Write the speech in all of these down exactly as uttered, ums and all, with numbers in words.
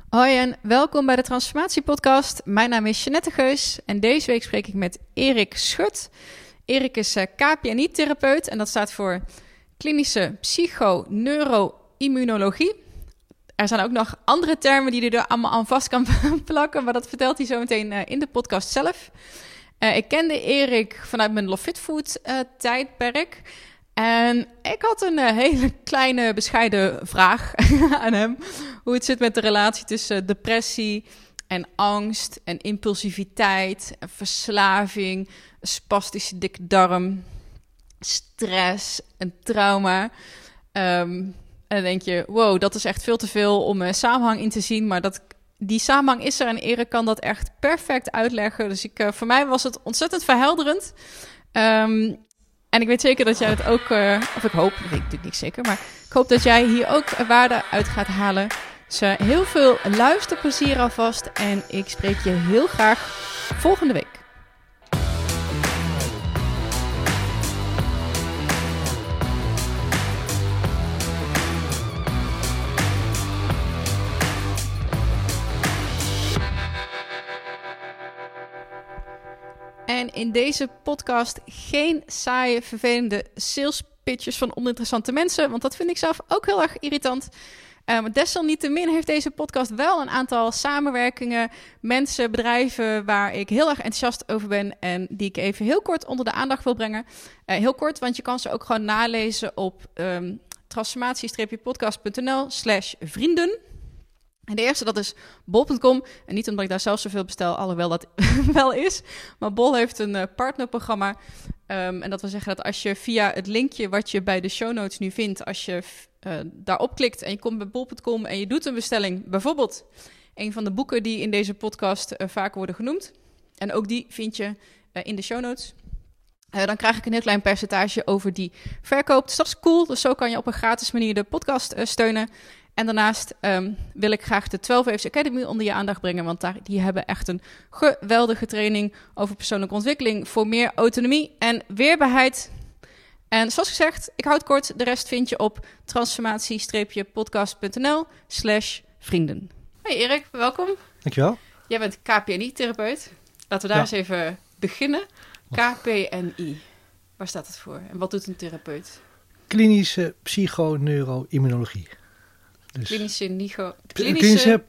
Hoi en welkom bij de Transformatie-podcast. Mijn naam is Jeanette Geus en deze week spreek ik met Erik Schut. Erik is uh, K P N I-therapeut en dat staat voor klinische psychoneuroimmunologie. Er zijn ook nog andere termen die hij er allemaal aan vast kan plakken, maar dat vertelt hij zo meteen uh, in de podcast zelf. Uh, ik kende Erik vanuit mijn Love Fit Food uh, tijdperk. En ik had een uh, hele kleine, bescheiden vraag aan hem. Hoe het zit met de relatie tussen depressie en angst en impulsiviteit en verslaving, spastische dikke darm, stress en trauma. Um, en dan denk je, wow, dat is echt veel te veel om uh, samenhang in te zien. Maar dat, die samenhang is er en Erik kan dat echt perfect uitleggen. Dus ik, uh, voor mij was het ontzettend verhelderend. Um, En ik weet zeker dat jij het ook, uh, of ik hoop, dat weet ik natuurlijk niet zeker, maar ik hoop dat jij hier ook waarde uit gaat halen. Dus uh, heel veel luisterplezier alvast en ik spreek je heel graag volgende week. En in deze podcast geen saaie, vervelende sales pitches van oninteressante mensen, want dat vind ik zelf ook heel erg irritant. Um, desalniettemin heeft deze podcast wel een aantal samenwerkingen, mensen, bedrijven waar ik heel erg enthousiast over ben en die ik even heel kort onder de aandacht wil brengen. Uh, heel kort, want je kan ze ook gewoon nalezen op um, transformatie-podcast.nl slash vrienden. En de eerste, dat is bol punt com. En niet omdat ik daar zelf zoveel bestel, alhoewel dat wel is. Maar Bol heeft een uh, partnerprogramma. Um, en dat wil zeggen dat als je via het linkje wat je bij de show notes nu vindt, als je uh, daarop klikt en je komt bij bol punt com en je doet een bestelling, bijvoorbeeld een van de boeken die in deze podcast uh, vaak worden genoemd. En ook die vind je uh, in de show notes. Uh, dan krijg ik een heel klein percentage over die verkoop. Dus dat is cool. Dus zo kan je op een gratis manier de podcast uh, steunen. En daarnaast um, wil ik graag de twaalf Waves Academy onder je aandacht brengen. Want daar, die hebben echt een geweldige training over persoonlijke ontwikkeling voor meer autonomie en weerbaarheid. En zoals gezegd, ik houd kort. De rest vind je op transformatie-podcast.nl slash vrienden. Hey Erik, welkom. Dankjewel. Jij bent K P N I-therapeut. Laten we daar ja. eens even beginnen. K P N I, waar staat het voor? En wat doet een therapeut? Klinische psychoneuroimmunologie. Dus klinische, nigo, klinische... klinische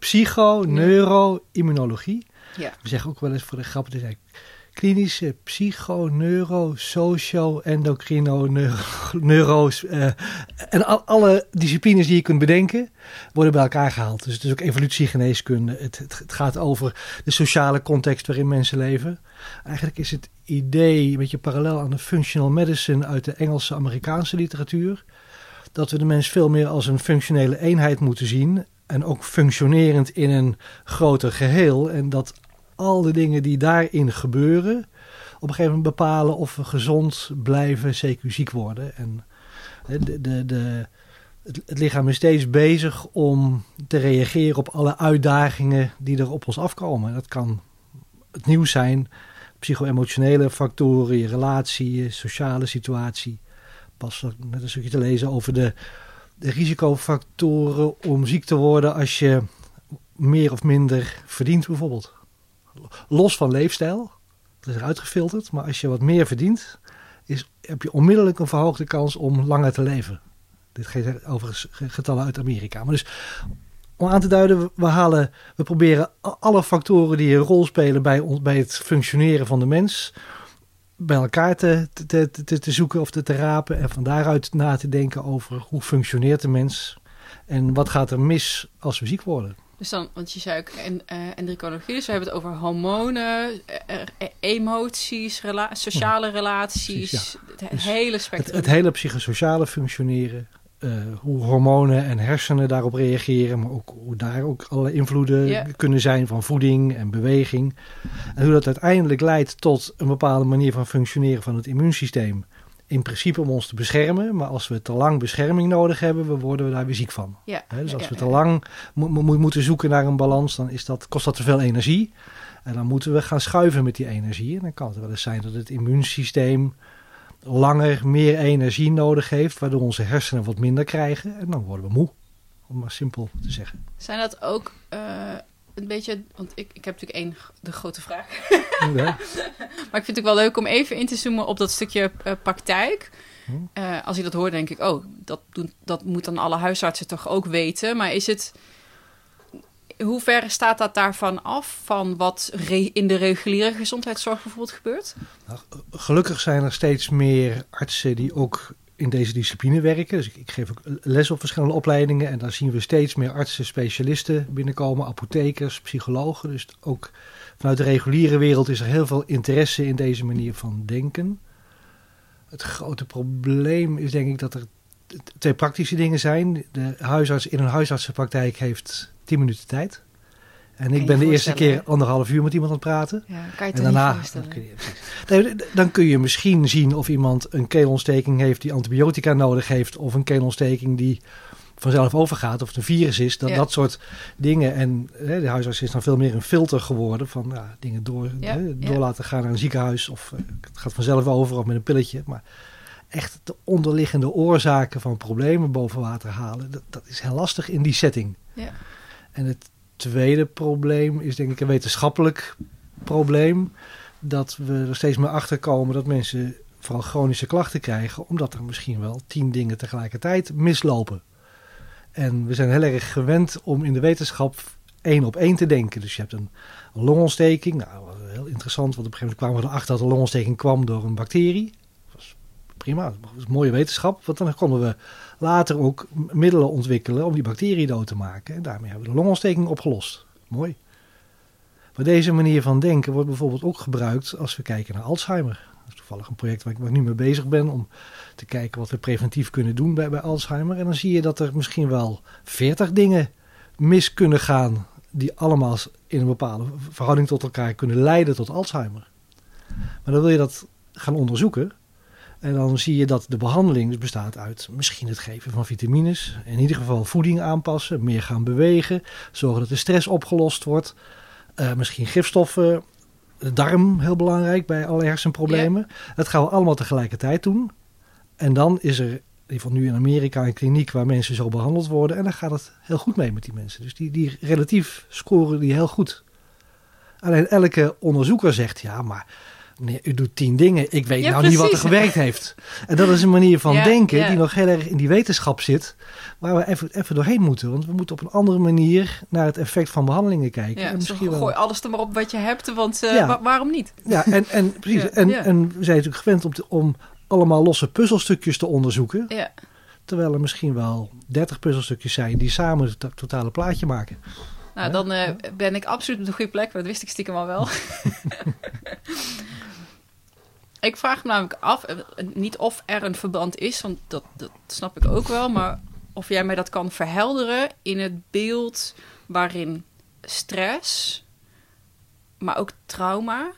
psychoneuroimmunologie. Ja. We zeggen ook wel eens voor de grap, dus klinische psychoneuro, socio-endocrino, neuro, neuro's uh, en al, alle disciplines die je kunt bedenken worden bij elkaar gehaald. Dus het is ook evolutiegeneeskunde. Het, het, het gaat over de sociale context waarin mensen leven. Eigenlijk is het idee een beetje parallel aan de functional medicine uit de Engelse Amerikaanse literatuur. Dat we de mens veel meer als een functionele eenheid moeten zien. En ook functionerend in een groter geheel. En dat al de dingen die daarin gebeuren op een gegeven moment bepalen of we gezond blijven, zeker ziek worden. En de, de, de, het, het lichaam is steeds bezig om te reageren op alle uitdagingen die er op ons afkomen. Dat kan het nieuws zijn, psycho-emotionele factoren, je relatie, je sociale situatie. Pas net een stukje te lezen over de, de risicofactoren om ziek te worden als je meer of minder verdient bijvoorbeeld. Los van leefstijl, dat is eruit gefilterd, maar als je wat meer verdient, is, heb je onmiddellijk een verhoogde kans om langer te leven. Dit gaat overigens getallen uit Amerika. Maar dus om aan te duiden, we, halen, we proberen alle factoren die een rol spelen bij, bij het functioneren van de mens bij elkaar te, te, te, te zoeken of te, te rapen en van daaruit na te denken over hoe functioneert de mens en wat gaat er mis als we ziek worden. Dus dan, want je zei ook en, uh, endocrinologie, dus we hebben het over hormonen, uh, emoties, rela- sociale ja, relaties, precies, ja. het dus hele spectrum. Het, het hele psychosociale functioneren, uh, hoe hormonen en hersenen daarop reageren, maar ook hoe daar ook alle invloeden ja. kunnen zijn van voeding en beweging. En hoe dat uiteindelijk leidt tot een bepaalde manier van functioneren van het immuunsysteem. In principe om ons te beschermen, maar als we te lang bescherming nodig hebben, we worden we daar weer ziek van. Ja, He, dus als ja, we ja, te lang mo- mo- moeten zoeken naar een balans, dan is dat, kost dat te veel energie. En dan moeten we gaan schuiven met die energie. En dan kan het wel eens zijn dat het immuunsysteem langer meer energie nodig heeft, waardoor onze hersenen wat minder krijgen. En dan worden we moe. om maar simpel te zeggen. Zijn dat ook uh, een beetje... Want ik, ik heb natuurlijk één de grote vraag. Ja. Maar ik vind het ook wel leuk om even in te zoomen op dat stukje uh, praktijk. Uh, als ik dat hoor, denk ik... Oh, dat, doen, dat moet dan alle huisartsen toch ook weten. Maar is het... Hoe ver staat dat daarvan af? Van wat re- in de reguliere gezondheidszorg bijvoorbeeld gebeurt? Nou, gelukkig zijn er steeds meer artsen die ook in deze discipline werken. Dus ik, ik geef ook les op verschillende opleidingen. En daar zien we steeds meer artsen, specialisten binnenkomen. Apothekers, psychologen. Dus ook vanuit de reguliere wereld is er heel veel interesse in deze manier van denken. Het grote probleem is denk ik dat er twee praktische dingen zijn. De huisarts in een huisartsenpraktijk heeft tien minuten tijd. En ik ben de eerste keer anderhalf uur met iemand aan het praten. Ja, kan je het en daarna, niet voorstellen. Dan kun, je, dan kun je misschien zien of iemand een keelontsteking heeft die antibiotica nodig heeft. Of een keelontsteking die vanzelf overgaat. Of het een virus is. Dat, ja. dat soort dingen. En hè, de huisarts is dan veel meer een filter geworden. Van ja, dingen door, ja, hè, door ja. laten gaan naar een ziekenhuis. Of uh, het gaat vanzelf over of met een pilletje. Maar echt de onderliggende oorzaken van problemen boven water halen. Dat, dat is heel lastig in die setting. Ja. En het tweede probleem is denk ik een wetenschappelijk probleem. Dat we er steeds meer achter komen dat mensen vooral chronische klachten krijgen. Omdat er misschien wel tien dingen tegelijkertijd mislopen. En we zijn heel erg gewend om in de wetenschap één op één te denken. Dus je hebt een, een longontsteking. Nou, heel interessant, want op een gegeven moment kwamen we erachter dat de longontsteking kwam door een bacterie. Dat was prima, dat was een mooie wetenschap. Want dan konden we later ook middelen ontwikkelen om die bacterie dood te maken. En daarmee hebben we de longontsteking opgelost. Mooi. Maar deze manier van denken wordt bijvoorbeeld ook gebruikt als we kijken naar Alzheimer. Dat is toevallig een project waar ik, waar ik nu mee bezig ben om te kijken wat we preventief kunnen doen bij, bij Alzheimer. En dan zie je dat er misschien wel veertig dingen mis kunnen gaan die allemaal in een bepaalde verhouding tot elkaar kunnen leiden tot Alzheimer. Maar dan wil je dat gaan onderzoeken. En dan zie je dat de behandeling dus bestaat uit misschien het geven van vitamines. In ieder geval voeding aanpassen, meer gaan bewegen. Zorgen dat de stress opgelost wordt. Uh, misschien gifstoffen, de darm heel belangrijk bij alle hersenproblemen. Ja. Dat gaan we allemaal tegelijkertijd doen. En dan is er in ieder geval nu in Amerika een kliniek waar mensen zo behandeld worden. En dan gaat het heel goed mee met die mensen. Dus die, die relatief scoren die heel goed. Alleen elke onderzoeker zegt ja, maar... Nee, u doet tien dingen. Ik weet ja, nou precies. niet wat er gewerkt heeft. En dat is een manier van ja, denken ja. die nog heel erg in die wetenschap zit. Waar we even, even doorheen moeten. Want we moeten op een andere manier naar het effect van behandelingen kijken. Ja, en misschien zo, wel... Gooi alles er maar op wat je hebt. Want uh, ja. wa- waarom niet? Ja, en, en, precies. Ja, en, ja. en we zijn natuurlijk gewend om, te, om allemaal losse puzzelstukjes te onderzoeken. Ja. Terwijl er misschien wel dertig puzzelstukjes zijn die samen het to- totale plaatje maken. Nou, ja? dan uh, ben ik absoluut op de goede plek. Dat wist ik stiekem al wel. Ik vraag me namelijk af, niet of er een verband is, want dat, dat snap ik ook wel, maar of jij mij dat kan verhelderen in het beeld waarin stress, maar ook trauma,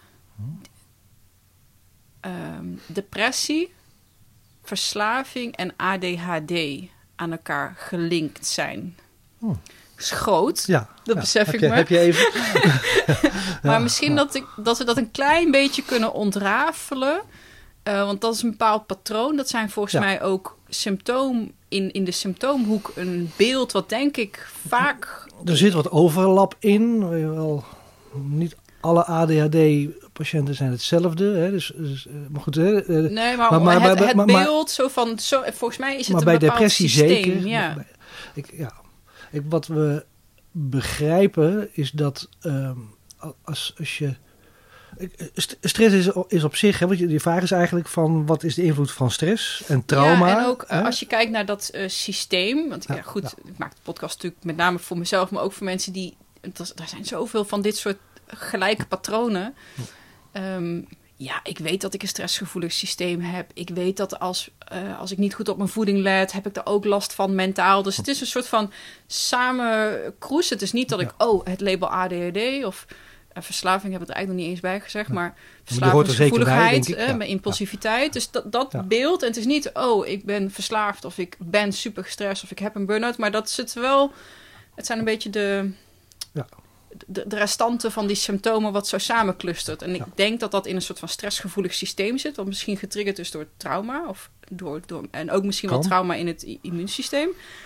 um, depressie, verslaving en A D H D aan elkaar gelinkt zijn. Oh. Is groot, ja, dat ja. besef heb ik je, me. Heb je even... maar ja, misschien ja. dat, ik, dat we dat een klein beetje kunnen ontrafelen. Uh, want dat is een bepaald patroon. Dat zijn volgens ja. mij ook symptoom in, in de symptoomhoek een beeld wat denk ik vaak... Er zit wat overlap in. Wel, niet alle A D H D-patiënten zijn hetzelfde. Hè? Dus, dus, maar goed, hè? Nee, maar, maar, maar het, het maar, beeld zo van... Zo, volgens mij is het maar een bij bepaald depressie systeem. Zeker, ja. Bij, ik, ja. Ik, wat we begrijpen is dat um, als, als je... Stress is, is op zich, hè, want die vraag is eigenlijk van wat is de invloed van stress en trauma. Ja, en ook hè? als je kijkt naar dat uh, systeem, want ja, ja, goed, ja. ik maak de podcast natuurlijk met name voor mezelf, maar ook voor mensen die, er zijn zoveel van dit soort gelijke patronen. Um, ja, ik weet dat ik een stressgevoelig systeem heb. Ik weet dat als, uh, als ik niet goed op mijn voeding let, heb ik er ook last van mentaal. Dus het is een soort van samen cruise. Het is niet dat ik, oh, het label A D H D of uh, verslaving heb ik er eigenlijk nog niet eens bij gezegd, ja. maar verslavingsgevoeligheid, uh, ja. mijn impulsiviteit. Ja. Dus dat, dat ja. beeld. En het is niet, oh, ik ben verslaafd of ik ben super gestrest of ik heb een burn-out. Maar dat zit wel, het zijn een beetje de... Ja. De, de restanten van die symptomen wat zo samenclustert. En ik ja. denk dat dat in een soort van stressgevoelig systeem zit, wat misschien getriggerd is door trauma of door, door en ook misschien kan. wel trauma in het immuunsysteem.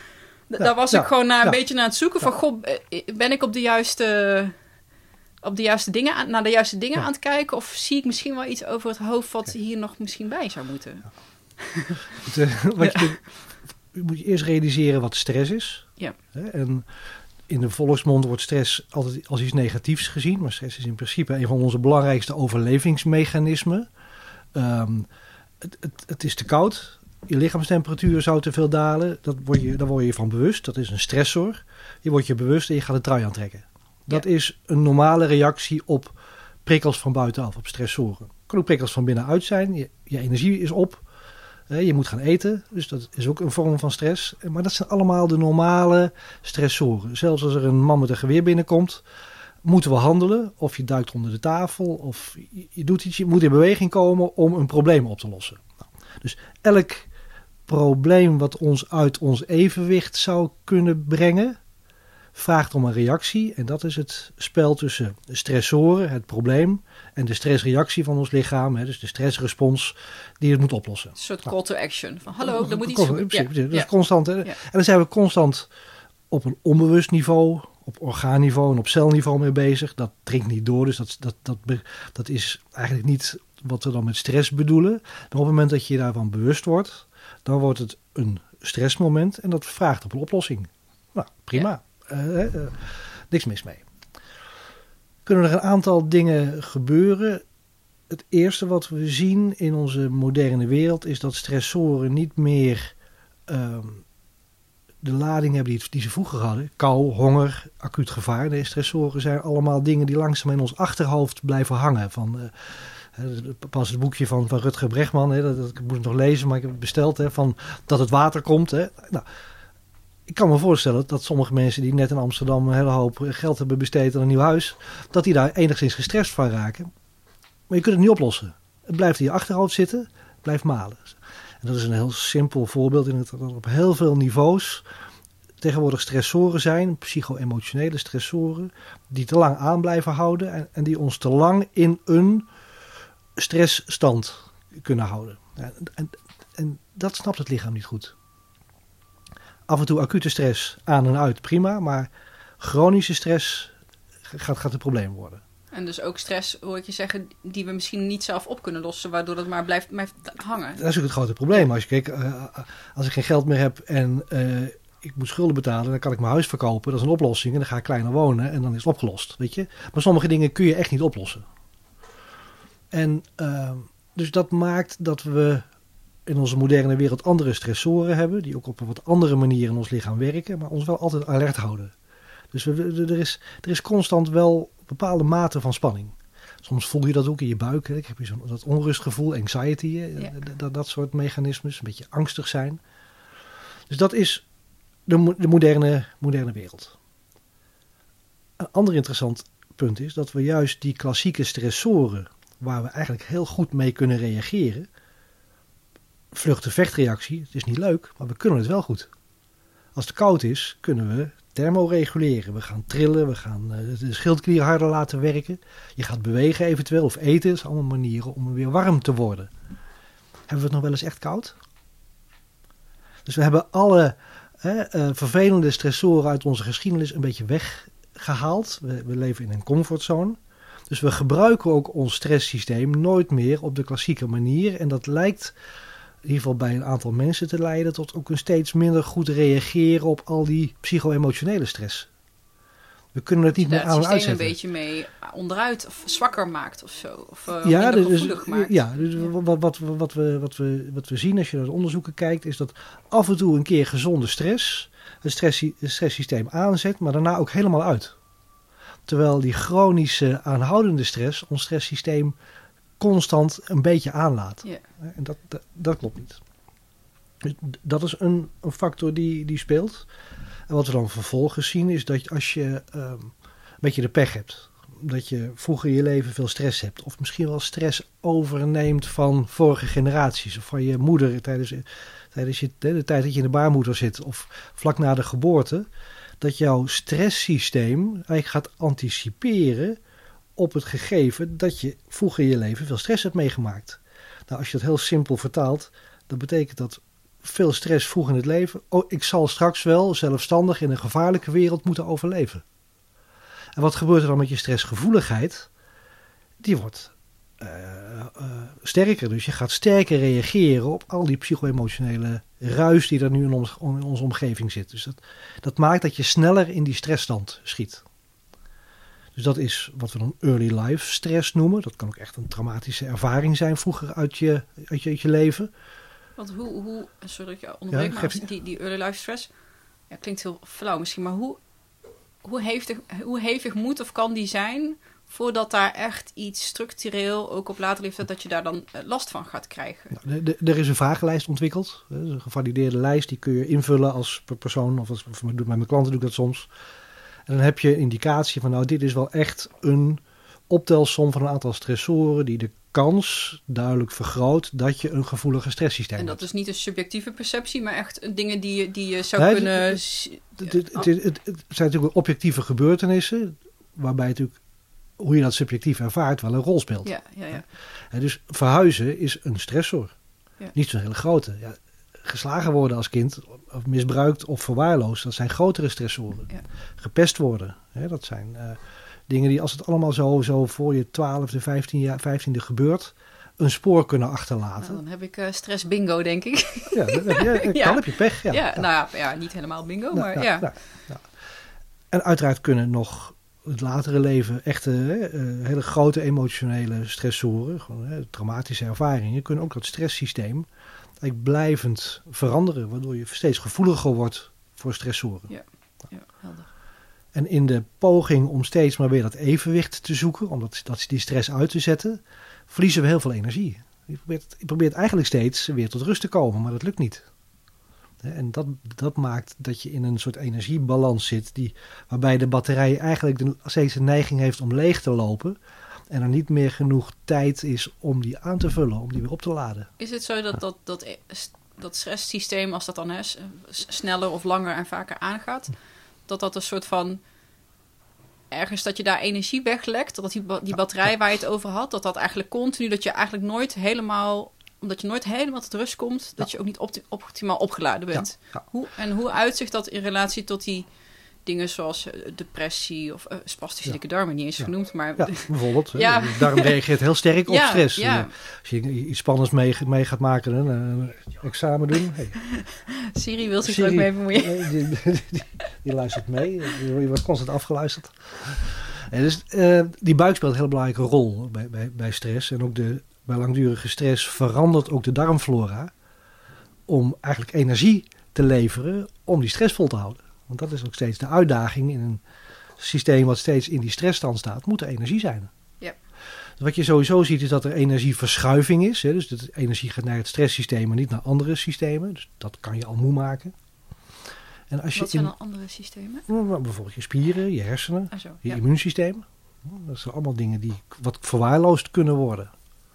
D- Ja, daar was ja, ik gewoon naar, een ja. beetje naar het zoeken van... Goh, ben ik op de juiste, op de juiste dingen aan, naar de juiste dingen Ja. aan het kijken? Of zie ik misschien wel iets over het hoofd wat hier nog misschien bij zou moeten? Ja. Het, uh, wat ja. je, je moet je eerst realiseren wat stress is. Ja. Hè? En in de volksmond wordt stress altijd als iets negatiefs gezien. Maar stress is in principe een van onze belangrijkste overlevingsmechanismen. Um, het, het, het is te koud. Je lichaamstemperatuur zou te veel dalen. Dat word je, daar word je van bewust. Dat is een stressor. Je wordt je bewust en je gaat de trui aantrekken. Dat ja. is een normale reactie op prikkels van buitenaf, op stressoren. Kan ook prikkels van binnenuit zijn. Je, je energie is op. Je moet gaan eten, dus dat is ook een vorm van stress. Maar dat zijn allemaal de normale stressoren. Zelfs als er een man met een geweer binnenkomt, moeten we handelen. Of je duikt onder de tafel, of je doet iets. Je moet in beweging komen om een probleem op te lossen. Nou, dus elk probleem wat ons uit ons evenwicht zou kunnen brengen, vraagt om een reactie. En dat is het spel tussen de stressoren, het probleem, en de stressreactie van ons lichaam. Hè, dus de stressrespons die het moet oplossen. Een soort call to action. Van hallo, er moet iets gebeuren. Ja, dat is constant. Hè? Ja. En dan zijn we constant op een onbewust niveau, op orgaanniveau en op celniveau mee bezig. Dat dringt niet door, dus dat, dat, dat, dat is eigenlijk niet wat we dan met stress bedoelen. Maar op het moment dat je daarvan bewust wordt, dan wordt het een stressmoment en dat vraagt op een oplossing. Nou, prima. Ja. Uh, uh, niks mis mee. Kunnen er een aantal dingen gebeuren. Het eerste wat we zien in onze moderne wereld is dat stressoren niet meer uh, de lading hebben die, die ze vroeger hadden. Kou, honger, acuut gevaar. De stressoren zijn allemaal dingen die langzaam in ons achterhoofd blijven hangen. Van, uh, pas het boekje van, van Rutger Bregman, hè, dat, dat, ik moet het nog lezen, maar ik heb het besteld, hè, van dat het water komt. Hè. Nou, ik kan me voorstellen dat sommige mensen die net in Amsterdam een hele hoop geld hebben besteed aan een nieuw huis, dat die daar enigszins gestrest van raken. Maar je kunt het niet oplossen. Het blijft in je achterhoofd zitten, het blijft malen. En dat is een heel simpel voorbeeld in het, dat op heel veel niveaus tegenwoordig stressoren zijn, psycho-emotionele stressoren, die te lang aan blijven houden en, en die ons te lang in een stressstand kunnen houden. En, en, en dat snapt het lichaam niet goed. Af en toe acute stress aan en uit, prima. Maar chronische stress gaat, gaat een probleem worden. En dus ook stress, hoor ik je zeggen, die we misschien niet zelf op kunnen lossen, waardoor dat maar blijft, blijft hangen. Dat is ook het grote probleem. Als je kijkt, uh, als ik geen geld meer heb en uh, ik moet schulden betalen, dan kan ik mijn huis verkopen. Dat is een oplossing en dan ga ik kleiner wonen en dan is het opgelost. Weet je? Maar sommige dingen kun je echt niet oplossen. En uh, dus dat maakt dat we in onze moderne wereld andere stressoren hebben, die ook op een wat andere manier in ons lichaam werken, maar ons wel altijd alert houden. Dus we, er, is, er is constant wel een bepaalde mate van spanning. Soms voel je dat ook in je buik. Hè. Ik heb je zo dat onrustgevoel, anxiety, ja. dat, dat soort mechanismes, een beetje angstig zijn. Dus dat is de, de moderne, moderne wereld. Een ander interessant punt is dat we juist die klassieke stressoren, waar we eigenlijk heel goed mee kunnen reageren, vlucht-vechtreactie, het is niet leuk, maar we kunnen het wel goed. Als het koud is, kunnen we thermoreguleren. We gaan trillen, we gaan de schildklier harder laten werken. Je gaat bewegen eventueel of eten. Dat zijn allemaal manieren om weer warm te worden. Hebben we het nog wel eens echt koud? Dus we hebben alle hè, uh, vervelende stressoren uit onze geschiedenis een beetje weggehaald. We, we leven in een comfortzone. Dus we gebruiken ook ons stresssysteem nooit meer op de klassieke manier. En dat lijkt in ieder geval bij een aantal mensen te leiden tot ook een steeds minder goed reageren op al die psycho-emotionele stress. We kunnen het niet meer aan en uitzetten. Het systeem een beetje mee onderuit of zwakker maakt of zo. Of uh, ja, minder dus, gevoelig maakt. Ja, dus ja. Wat, wat, wat, we, wat, we, wat we zien als je naar de onderzoeken kijkt, is dat af en toe een keer gezonde stress het, stress, het stresssysteem aanzet, maar daarna ook helemaal uit. Terwijl die chronische aanhoudende stress ons stresssysteem constant een beetje aanlaat. Yeah. En dat, dat, dat klopt niet. Dus dat is een, een factor die, die speelt. En wat we dan vervolgens zien is dat als je um, een beetje de pech hebt, dat je vroeger in je leven veel stress hebt, of misschien wel stress overneemt van vorige generaties, of van je moeder tijdens, tijdens je, de tijd dat je in de baarmoeder zit, of vlak na de geboorte, dat jouw stresssysteem eigenlijk gaat anticiperen op het gegeven dat je vroeger in je leven veel stress hebt meegemaakt. Nou, als je dat heel simpel vertaalt, dan betekent dat veel stress vroeg in het leven. Oh, ik zal straks wel zelfstandig in een gevaarlijke wereld moeten overleven. En wat gebeurt er dan met je stressgevoeligheid? Die wordt uh, uh, sterker. Dus je gaat sterker reageren op al die psycho-emotionele ruis die er nu in, ons, in onze omgeving zit. Dus dat, dat maakt dat je sneller in die stressstand schiet. Dus dat is wat we dan early life stress noemen. Dat kan ook echt een traumatische ervaring zijn vroeger uit je, uit je, uit je leven. Want hoe, hoe sorry dat je onderbreek, ja, maar die, die early life stress, ja, klinkt heel flauw misschien, maar hoe, hoe, hevig, hoe hevig moet of kan die zijn voordat daar echt iets structureel, ook op later leeftijd, dat je daar dan last van gaat krijgen? Nou, de, de, er is een vragenlijst ontwikkeld. Een gevalideerde lijst, die kun je invullen als persoon, of, als, of met mijn klanten doe ik dat soms. En dan heb je een indicatie van, nou, dit is wel echt een optelsom van een aantal stressoren die de kans duidelijk vergroot dat je een gevoelige stresssysteem hebt. En dat is niet een subjectieve perceptie, maar echt dingen die je, die je zou nee, kunnen... Het, het, het, het, het, het, het zijn natuurlijk objectieve gebeurtenissen, waarbij natuurlijk hoe je dat subjectief ervaart wel een rol speelt. Ja, ja, ja. En dus verhuizen is een stressor. Ja. Niet zo'n hele grote. Ja, geslagen worden als kind, of misbruikt of verwaarloosd, dat zijn grotere stressoren. Ja. Gepest worden, hè, dat zijn uh, dingen die als het allemaal zo, zo voor je twaalfde, vijftiende gebeurt, een spoor kunnen achterlaten. Nou, dan heb ik uh, stress bingo, denk ik. Ja, dan heb je, ja. Dan heb je pech. Ja, ja, ja. Nou ja, ja, niet helemaal bingo, nou, maar nou, ja. Nou, nou. En uiteraard kunnen nog het latere leven echte uh, hele grote emotionele stressoren, gewoon, uh, traumatische ervaringen, kunnen ook dat stresssysteem eigenlijk blijvend veranderen, waardoor je steeds gevoeliger wordt voor stressoren. Ja, ja, helder. En in de poging om steeds maar weer dat evenwicht te zoeken, om dat, dat die stress uit te zetten, verliezen we heel veel energie. Je probeert, je probeert eigenlijk steeds weer tot rust te komen, maar dat lukt niet. En dat, dat maakt dat je in een soort energiebalans zit, die, waarbij de batterij eigenlijk de, steeds de neiging heeft om leeg te lopen en er niet meer genoeg tijd is om die aan te vullen, om die weer op te laden. Is het zo dat dat, dat, dat stresssysteem, als dat dan hè, sneller of langer en vaker aangaat, dat dat een soort van ergens dat je daar energie weglekt, dat die, die batterij waar je het over had, dat dat eigenlijk continu, dat je eigenlijk nooit helemaal, omdat je nooit helemaal tot rust komt, dat ja. je ook niet opti- optimaal opgeladen bent. Ja. Ja. Hoe, en hoe uitzicht dat in relatie tot die dingen zoals uh, depressie of uh, spastische dikke ja. darmen, niet eens ja. genoemd, maar... Ja, bijvoorbeeld. Ja. De darm reageert heel sterk op ja, stress. Ja. Als je iets spannends mee, mee gaat maken, een, een examen doen. Hey. Siri wil zich Siri, er ook mee bemoeien. Nee, die, die, die, die luistert mee. Je wordt constant afgeluisterd. En dus, uh, die buik speelt een heel belangrijke rol bij, bij, bij stress. En ook de, bij langdurige stress verandert ook de darmflora om eigenlijk energie te leveren om die stress vol te houden. Want dat is ook steeds de uitdaging in een systeem wat steeds in die stressstand staat, moet er energie zijn. Ja. Dus wat je sowieso ziet is dat er energieverschuiving is. Hè? Dus de energie gaat naar het stresssysteem, maar niet naar andere systemen. Dus dat kan je al moe maken. En als wat je zijn in, dan andere systemen? Nou, bijvoorbeeld je spieren, je hersenen, ah, zo, je ja. immuunsysteem. Dat zijn allemaal dingen die wat verwaarloosd kunnen worden.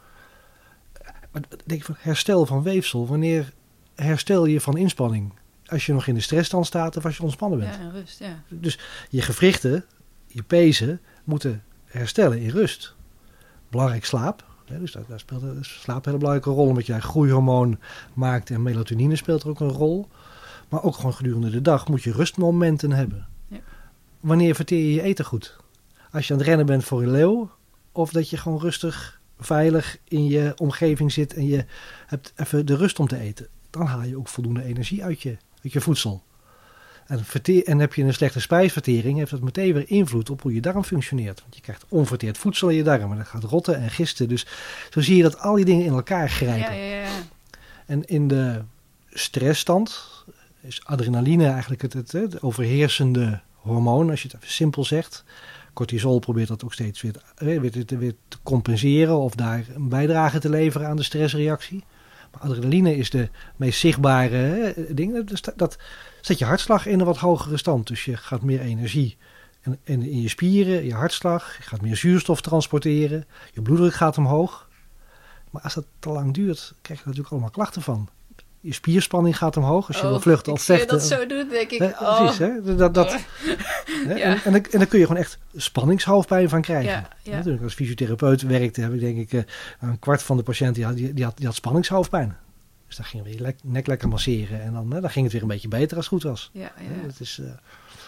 Maar denk van herstel van weefsel. Wanneer herstel je van inspanning? Als je nog in de stressstand staat of als je ontspannen bent. Ja, in rust, ja. Dus je gewrichten, je pezen, moeten herstellen in rust. Belangrijk slaap. Hè, dus daar, daar speelt slaap een hele belangrijke rol. Omdat je daar groeihormoon maakt en melatonine speelt er ook een rol. Maar ook gewoon gedurende de dag moet je rustmomenten hebben. Ja. Wanneer verteer je je eten goed? Als je aan het rennen bent voor een leeuw. Of dat je gewoon rustig, veilig in je omgeving zit en je hebt even de rust om te eten. Dan haal je ook voldoende energie uit je, uit je voedsel. En, verteer, en heb je een slechte spijsvertering, heeft dat meteen weer invloed op hoe je darm functioneert. Want je krijgt onverteerd voedsel in je darm en dat gaat rotten en gisten. Dus zo zie je dat al die dingen in elkaar grijpen. Ja, ja, ja. En in de stressstand is adrenaline eigenlijk het, het, het overheersende hormoon, als je het even simpel zegt. Cortisol probeert dat ook steeds weer, weer, te, weer te compenseren of daar een bijdrage te leveren aan de stressreactie. Maar adrenaline is de meest zichtbare hè, ding. Dat, dat zet je hartslag in een wat hogere stand. Dus je gaat meer energie in, in, in je spieren, je hartslag. Je gaat meer zuurstof transporteren. Je bloeddruk gaat omhoog. Maar als dat te lang duurt, krijg je natuurlijk allemaal klachten van. Je spierspanning gaat omhoog als je oh, wil vluchten of vechten. Als je dat zo doet, denk ik... Hè, oh. Precies, hè? Dat, dat, hè? Ja. En, en, dan, en dan kun je gewoon echt spanningshoofdpijn van krijgen. Ja, ja. Ja, toen ik als fysiotherapeut werkte, heb ik denk ik uh, een kwart van de patiënten die had, die, die had, die had spanningshoofdpijn. Dus dan gingen we je lek, nek lekker masseren. En dan, hè, dan ging het weer een beetje beter als het goed was. Ja, ja. Ja, dat is, uh...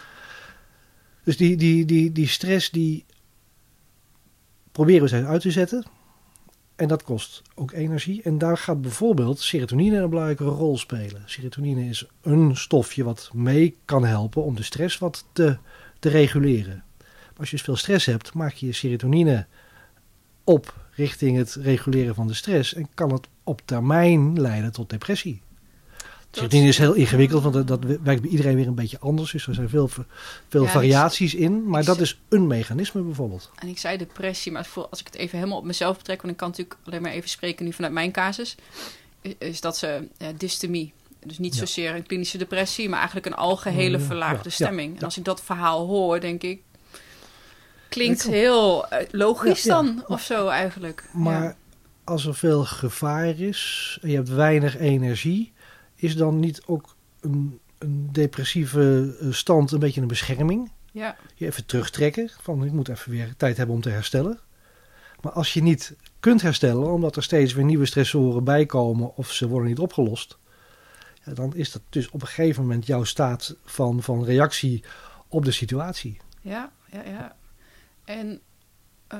Dus die, die, die, die stress die proberen we steeds uit te zetten. En dat kost ook energie. En daar gaat bijvoorbeeld serotonine een belangrijke rol spelen. Serotonine is een stofje wat mee kan helpen om de stress wat te, te reguleren. Maar als je dus veel stress hebt, maak je je serotonine op richting het reguleren van de stress. En kan het op termijn leiden tot depressie. Serotonine is heel ingewikkeld, want dat, dat werkt bij iedereen weer een beetje anders. Dus er zijn veel, veel ja, variaties in. Maar dat is een mechanisme bijvoorbeeld. En ik zei depressie, maar als ik het even helemaal op mezelf betrek, want ik kan natuurlijk alleen maar even spreken nu vanuit mijn casus, is dat ze uh, dystemie. Dus niet ja. zozeer een klinische depressie, maar eigenlijk een algehele ja, verlaagde ja, stemming. Ja, ja. En als ik dat verhaal hoor, denk ik, klinkt heel uh, logisch ja, ja, dan, ja. of zo eigenlijk. Maar ja. als er veel gevaar is en je hebt weinig energie, is dan niet ook een, een depressieve stand een beetje een bescherming? Ja. Je even terugtrekken, van ik moet even weer tijd hebben om te herstellen. Maar als je niet kunt herstellen, omdat er steeds weer nieuwe stressoren bijkomen of ze worden niet opgelost, ja, dan is dat dus op een gegeven moment jouw staat van, van reactie op de situatie. Ja, ja, ja. En uh,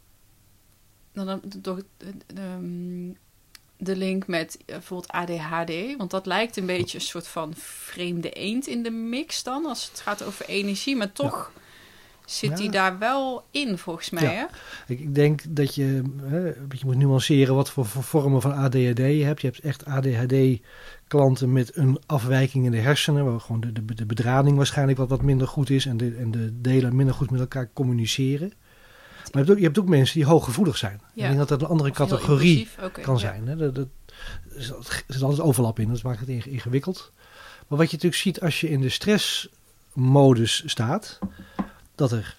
dan, dan toch um, de link met uh, bijvoorbeeld A D H D. Want dat lijkt een beetje een soort van vreemde eend in de mix dan. Als het gaat over energie. Maar toch ja. zit ja. die daar wel in volgens mij. Ja. Hè? Ik, ik denk dat je hè, een beetje moet nuanceren wat voor, voor vormen van A D H D je hebt. Je hebt echt A D H D klanten met een afwijking in de hersenen. Waar gewoon de, de, de bedrading waarschijnlijk wat, wat minder goed is. En de, en de delen minder goed met elkaar communiseren. Maar je hebt ook, je hebt ook mensen die hooggevoelig zijn. Ja. Ik denk dat dat een andere of categorie okay, kan ja. zijn. Hè? Dat, dat, er zit altijd overlap in, dat maakt het ingewikkeld. Maar wat je natuurlijk ziet als je in de stressmodus staat, dat er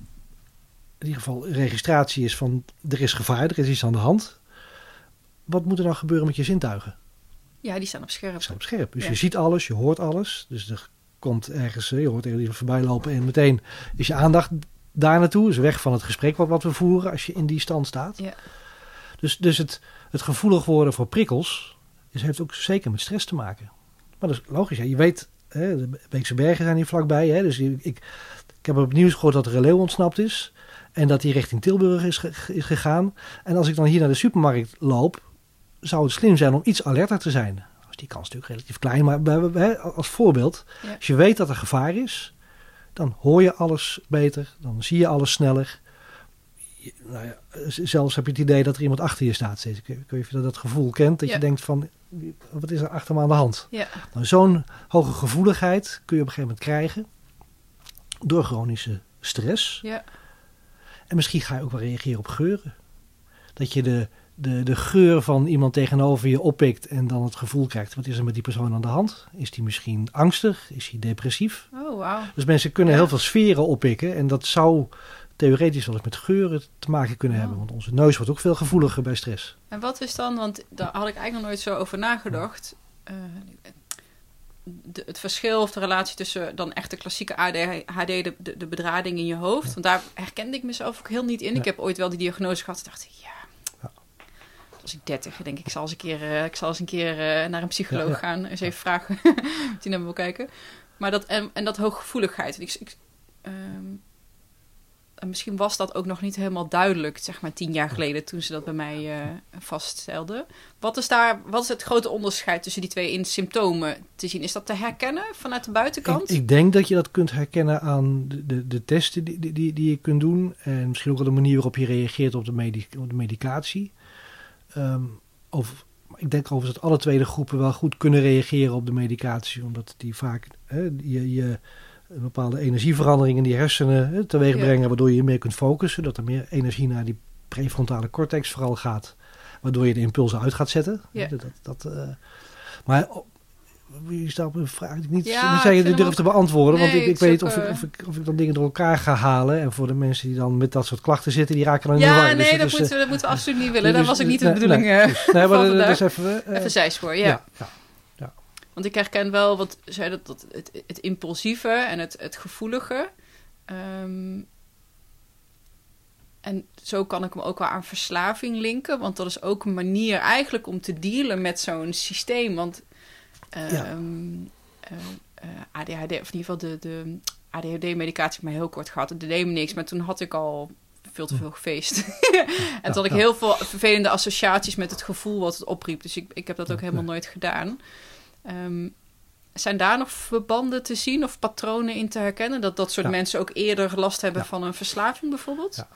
in ieder geval registratie is van er is gevaar, er is iets aan de hand. Wat moet er dan gebeuren met je zintuigen? Ja, die staan op scherp. Die staan op scherp. Dus ja. je ziet alles, je hoort alles. Dus er komt ergens, je hoort iemand voorbij lopen en meteen is je aandacht daar naartoe, is weg van het gesprek wat, wat we voeren als je in die stand staat. Ja. Dus, dus het, het gevoelig worden voor prikkels is, heeft ook zeker met stress te maken. Maar dat is logisch. Hè? Je weet, hè, de Beekse Bergen zijn hier vlakbij. Hè? Dus ik, ik, ik heb op het nieuws gehoord dat er een leeuw ontsnapt is. En dat hij richting Tilburg is, ge, is gegaan. En als ik dan hier naar de supermarkt loop, zou het slim zijn om iets alerter te zijn. Die kans is natuurlijk relatief klein, maar hè, als voorbeeld. Ja. Als je weet dat er gevaar is, dan hoor je alles beter, dan zie je alles sneller. Je, nou ja, zelfs heb je het idee dat er iemand achter je staat. Ik weet niet of je dat gevoel kent, dat ja. je denkt van, wat is er achter me aan de hand? Ja. Nou, zo'n hoge gevoeligheid kun je op een gegeven moment krijgen door chronische stress. Ja. En misschien ga je ook wel reageren op geuren. Dat je de, de, de geur van iemand tegenover je oppikt en dan het gevoel krijgt, wat is er met die persoon aan de hand? Is die misschien angstig? Is hij depressief? Oh, wow. Dus mensen kunnen ja. heel veel sferen oppikken en dat zou theoretisch wel eens met geuren te maken kunnen oh. hebben. Want onze neus wordt ook veel gevoeliger bij stress. En wat is dan, want daar had ik eigenlijk nog nooit zo over nagedacht, uh, de, het verschil of de relatie tussen dan echt de klassieke A D H D, de, de, de bedrading in je hoofd. Ja. Want daar herkende ik mezelf ook heel niet in. Ja. Ik heb ooit wel die diagnose gehad en dacht ik, ja, ja. als ik dertig denk ik, ik zal eens een keer, uh, ik zal eens een keer uh, naar een psycholoog ja, ja. gaan. Eens even ja. vragen, die naar me wil kijken. Maar dat, en, en dat hooggevoeligheid. Ik, ik, um, en misschien was dat ook nog niet helemaal duidelijk, zeg maar tien jaar geleden, toen ze dat bij mij uh, vaststelden. Wat is daar, wat is het grote onderscheid tussen die twee in symptomen te zien? Is dat te herkennen vanuit de buitenkant? Ik, ik denk dat je dat kunt herkennen aan de, de, de testen die, die, die je kunt doen. En misschien ook wel de manier waarop je reageert op de, medi- op de medicatie. Um, of, ik denk overigens dat alle twee de groepen wel goed kunnen reageren op de medicatie. Omdat die vaak hè, je... je een bepaalde energieverandering in die hersenen hè, teweeg brengen, ja. waardoor je meer kunt focussen, dat er meer energie naar die prefrontale cortex vooral gaat, waardoor je de impulsen uit gaat zetten. Ja. Dat, dat, uh, maar wie is daar op een vraag die ik niet ja, zei, je durft te beantwoorden, nee, want ik, ik weet niet of, uh... ik, of, ik, of ik dan dingen door elkaar ga halen en voor de mensen die dan met dat soort klachten zitten, die raken dan in ja, de war. Nee, dus, dat, dus, moeten we, dat moeten we absoluut niet willen. Dus, dat was ook niet de nee, bedoeling. Nee, dus, nee maar dat is even... Uh, even zijspoor, ja. ja, ja. Want ik herken wel, wat zei dat, dat het, het impulsieve en het, het gevoelige. Um, en zo kan ik hem ook wel aan verslaving linken. Want dat is ook een manier eigenlijk om te dealen met zo'n systeem. Want uh, Ja. um, uh, uh, A D H D, of in ieder geval de, de A D H D-medicatie heb ik maar heel kort gehad. Dat deed me niks, maar toen had ik al veel te veel gefeest. en Ja, toen had ik ja. heel veel vervelende associaties met het gevoel wat het opriep. Dus ik, ik heb dat ook Ja, helemaal ja. nooit gedaan. Um, zijn daar nog verbanden te zien of patronen in te herkennen? Dat dat soort Ja. mensen ook eerder last hebben Ja. van een verslaving bijvoorbeeld? Ja.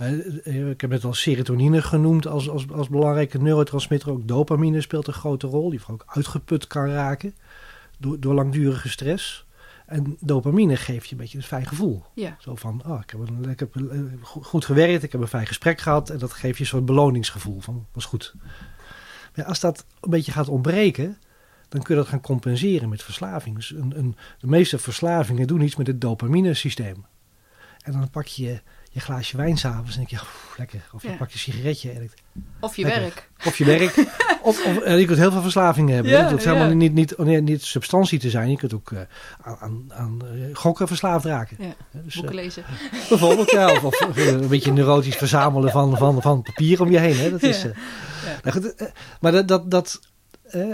Uh, ik heb het al serotonine genoemd als, als, als belangrijke neurotransmitter. Ook dopamine speelt een grote rol. Die ook uitgeput kan raken door, door langdurige stress. En dopamine geeft je een beetje een fijn gevoel. Ja. Zo van, oh, ik heb, een, ik heb een, goed gewerkt, ik heb een fijn gesprek gehad. En dat geeft je een soort beloningsgevoel van, was goed. Maar als dat een beetje gaat ontbreken, dan kun je dat gaan compenseren met verslaving. Dus een, een, de meeste verslavingen doen iets met het dopamine-systeem. En dan pak je je glaasje wijn s'avonds en denk je, ja, pff, lekker. Of dan Ja. pak je een sigaretje. En ik, Of je lekker. werk. Of je werk. of, of uh, je kunt heel veel verslavingen hebben. Ja, Het hoeft helemaal ja. niet, niet, niet, niet substantie te zijn. Je kunt ook uh, aan, aan, aan uh, gokken verslaafd raken. Ja. Dus, Boeken uh, lezen. bijvoorbeeld, ja. Of, of uh, een beetje neurotisch verzamelen van, van, van papier om je heen. Hè. Dat is, uh, Ja. nou goed, uh, maar dat... dat, dat uh,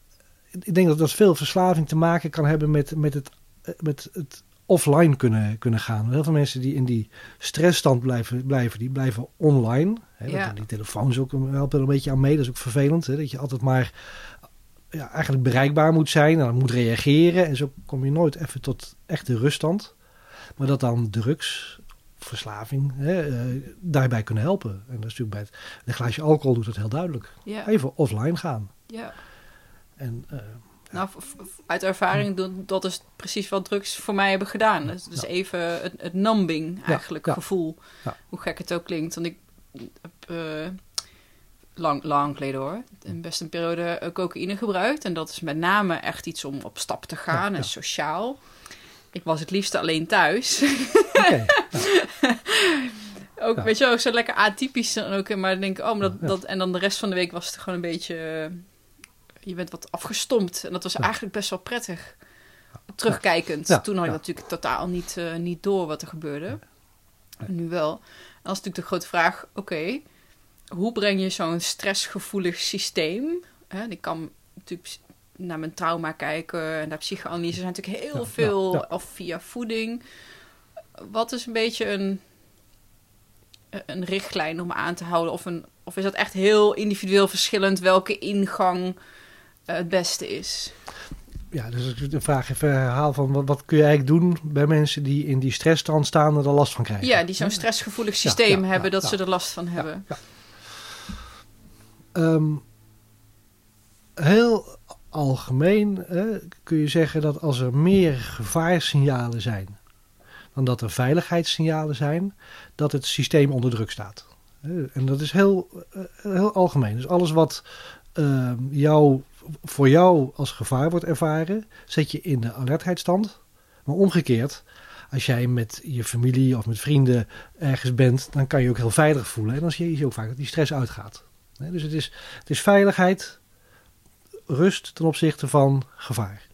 ik denk dat dat veel verslaving te maken kan hebben met, met, het, uh, met het offline kunnen, kunnen gaan. Heel veel mensen die in die stressstand blijven, blijven die blijven online. Hè, Ja. dat, die telefoons ook helpen er een beetje aan mee. Dat is ook vervelend. Hè, dat je altijd maar ja, eigenlijk bereikbaar moet zijn. En dan moet reageren. En zo kom je nooit even tot echte ruststand. Maar dat dan drugs, verslaving, hè, uh, daarbij kunnen helpen. En dat is natuurlijk bij het, een glaasje alcohol doet dat heel duidelijk. Ja. Even offline gaan. Ja. En, uh, Nou, v- v- uit ervaring, dat, dat is precies wat drugs voor mij hebben gedaan. Dus, dus Ja. even het, het numbing eigenlijk ja. gevoel. Ja. Hoe gek het ook klinkt. Want ik heb uh, lang, lang geleden hoor, best een periode uh, cocaïne gebruikt. En dat is met name echt iets om op stap te gaan Ja, en ja. sociaal. Ik was het liefst alleen thuis. okay. ook, Ja. weet je wel, zo lekker atypisch dan ook. Maar dan denk ik, oh, maar dat, Ja. dat, en dan de rest van de week was het gewoon een beetje... Uh, je bent wat afgestompt. En dat was Ja. eigenlijk best wel prettig. Terugkijkend. Ja. Toen had ik Ja. natuurlijk totaal niet, uh, niet door wat er gebeurde. Nee. En nu wel. En dan is natuurlijk de grote vraag... Oké, okay, hoe breng je zo'n stressgevoelig systeem... Hè, ik kan natuurlijk naar mijn trauma kijken... en naar psychoanalyse. Er zijn natuurlijk heel Ja, veel... ja, ja. Of via voeding. Wat is een beetje een... een richtlijn om aan te houden? Of, een, of is dat echt heel individueel verschillend... welke ingang... het beste is? Ja, dus de vraag even herhaal van wat, wat kun je eigenlijk doen bij mensen die in die stressstand staan en er last van krijgen? Ja, die zo'n stressgevoelig systeem ja, ja, hebben, ja, dat ja. ze er last van hebben. Ja, ja. Um, heel algemeen hè, kun je zeggen dat als er meer gevaarssignalen zijn dan dat er veiligheidssignalen zijn, dat het systeem onder druk staat. En dat is heel, heel algemeen. Dus alles wat uh, jou, voor jou als gevaar wordt ervaren, zet je in de alertheidsstand. Maar omgekeerd, als jij met je familie of met vrienden ergens bent, dan kan je je ook heel veilig voelen. En dan zie je ook vaak dat die stress uitgaat. Dus het is, het is veiligheid, rust ten opzichte van gevaar.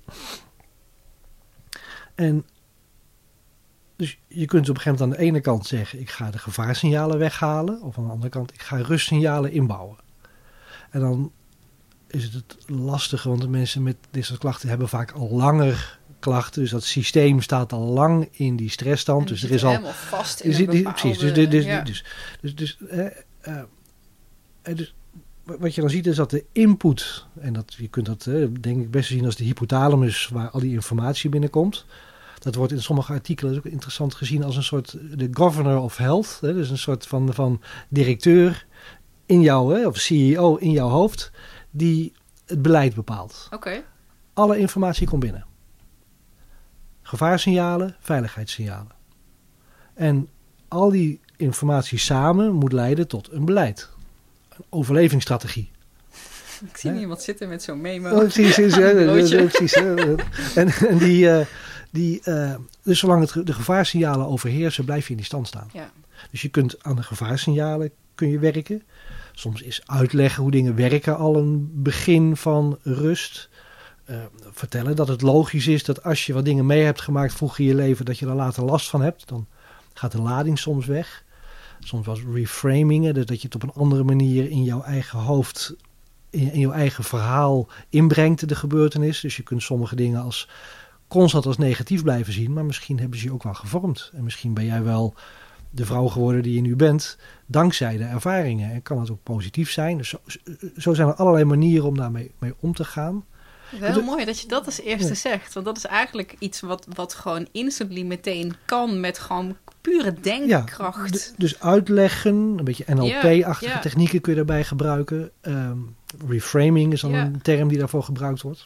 En dus je kunt op een gegeven moment aan de ene kant zeggen, ik ga de gevaarssignalen weghalen. Of aan de andere kant, ik ga rustsignalen inbouwen. En dan is het het lastige, want de mensen met dit soort klachten hebben vaak al langer klachten. Dus dat systeem staat al lang in die stressstand. Dus er is al helemaal vast in is, een die, bepaalde... precies. Dus, dus, dus, ja. dus, dus, dus, uh, uh, dus wat je dan ziet is dat de input, en dat, je kunt dat uh, denk ik best zien als de hypothalamus waar al die informatie binnenkomt. Dat wordt in sommige artikelen ook interessant gezien als een soort de governor of health. Hè, dus een soort van, van directeur in jou, hè, of C E O in jouw hoofd, die het beleid bepaalt. Oké. Okay. Alle informatie komt binnen. Gevaarssignalen, veiligheidssignalen. En al die informatie samen moet leiden tot een beleid. Een overlevingsstrategie. Ik zie iemand zitten met zo'n memo. Oh, precies, precies, hè, precies. Hè. En, en die, uh, die uh, dus zolang het de gevaarssignalen overheersen, blijf je in die stand staan. Ja. Dus je kunt aan de gevaarssignalen kun je werken. Soms is uitleggen hoe dingen werken al een begin van rust. Uh, vertellen dat het logisch is dat als je wat dingen mee hebt gemaakt vroeger in je leven, dat je er later last van hebt. Dan gaat de lading soms weg. soms wel reframingen, dus dat je het op een andere manier in jouw eigen hoofd, in, in jouw eigen verhaal inbrengt, de gebeurtenis. Dus je kunt sommige dingen als constant als negatief blijven zien, maar misschien hebben ze je ook wel gevormd. En misschien ben jij wel de vrouw geworden die je nu bent, dankzij de ervaringen. En kan het ook positief zijn. Dus zo, zo zijn er allerlei manieren om daarmee mee om te gaan. Heel dus, mooi dat je dat als eerste ja. zegt. Want dat is eigenlijk iets wat, wat gewoon instantly meteen kan met gewoon pure denkkracht. Ja, d- dus uitleggen, een beetje N L P-achtige ja, ja. technieken kun je daarbij gebruiken. Um, reframing is dan ja. een term die daarvoor gebruikt wordt.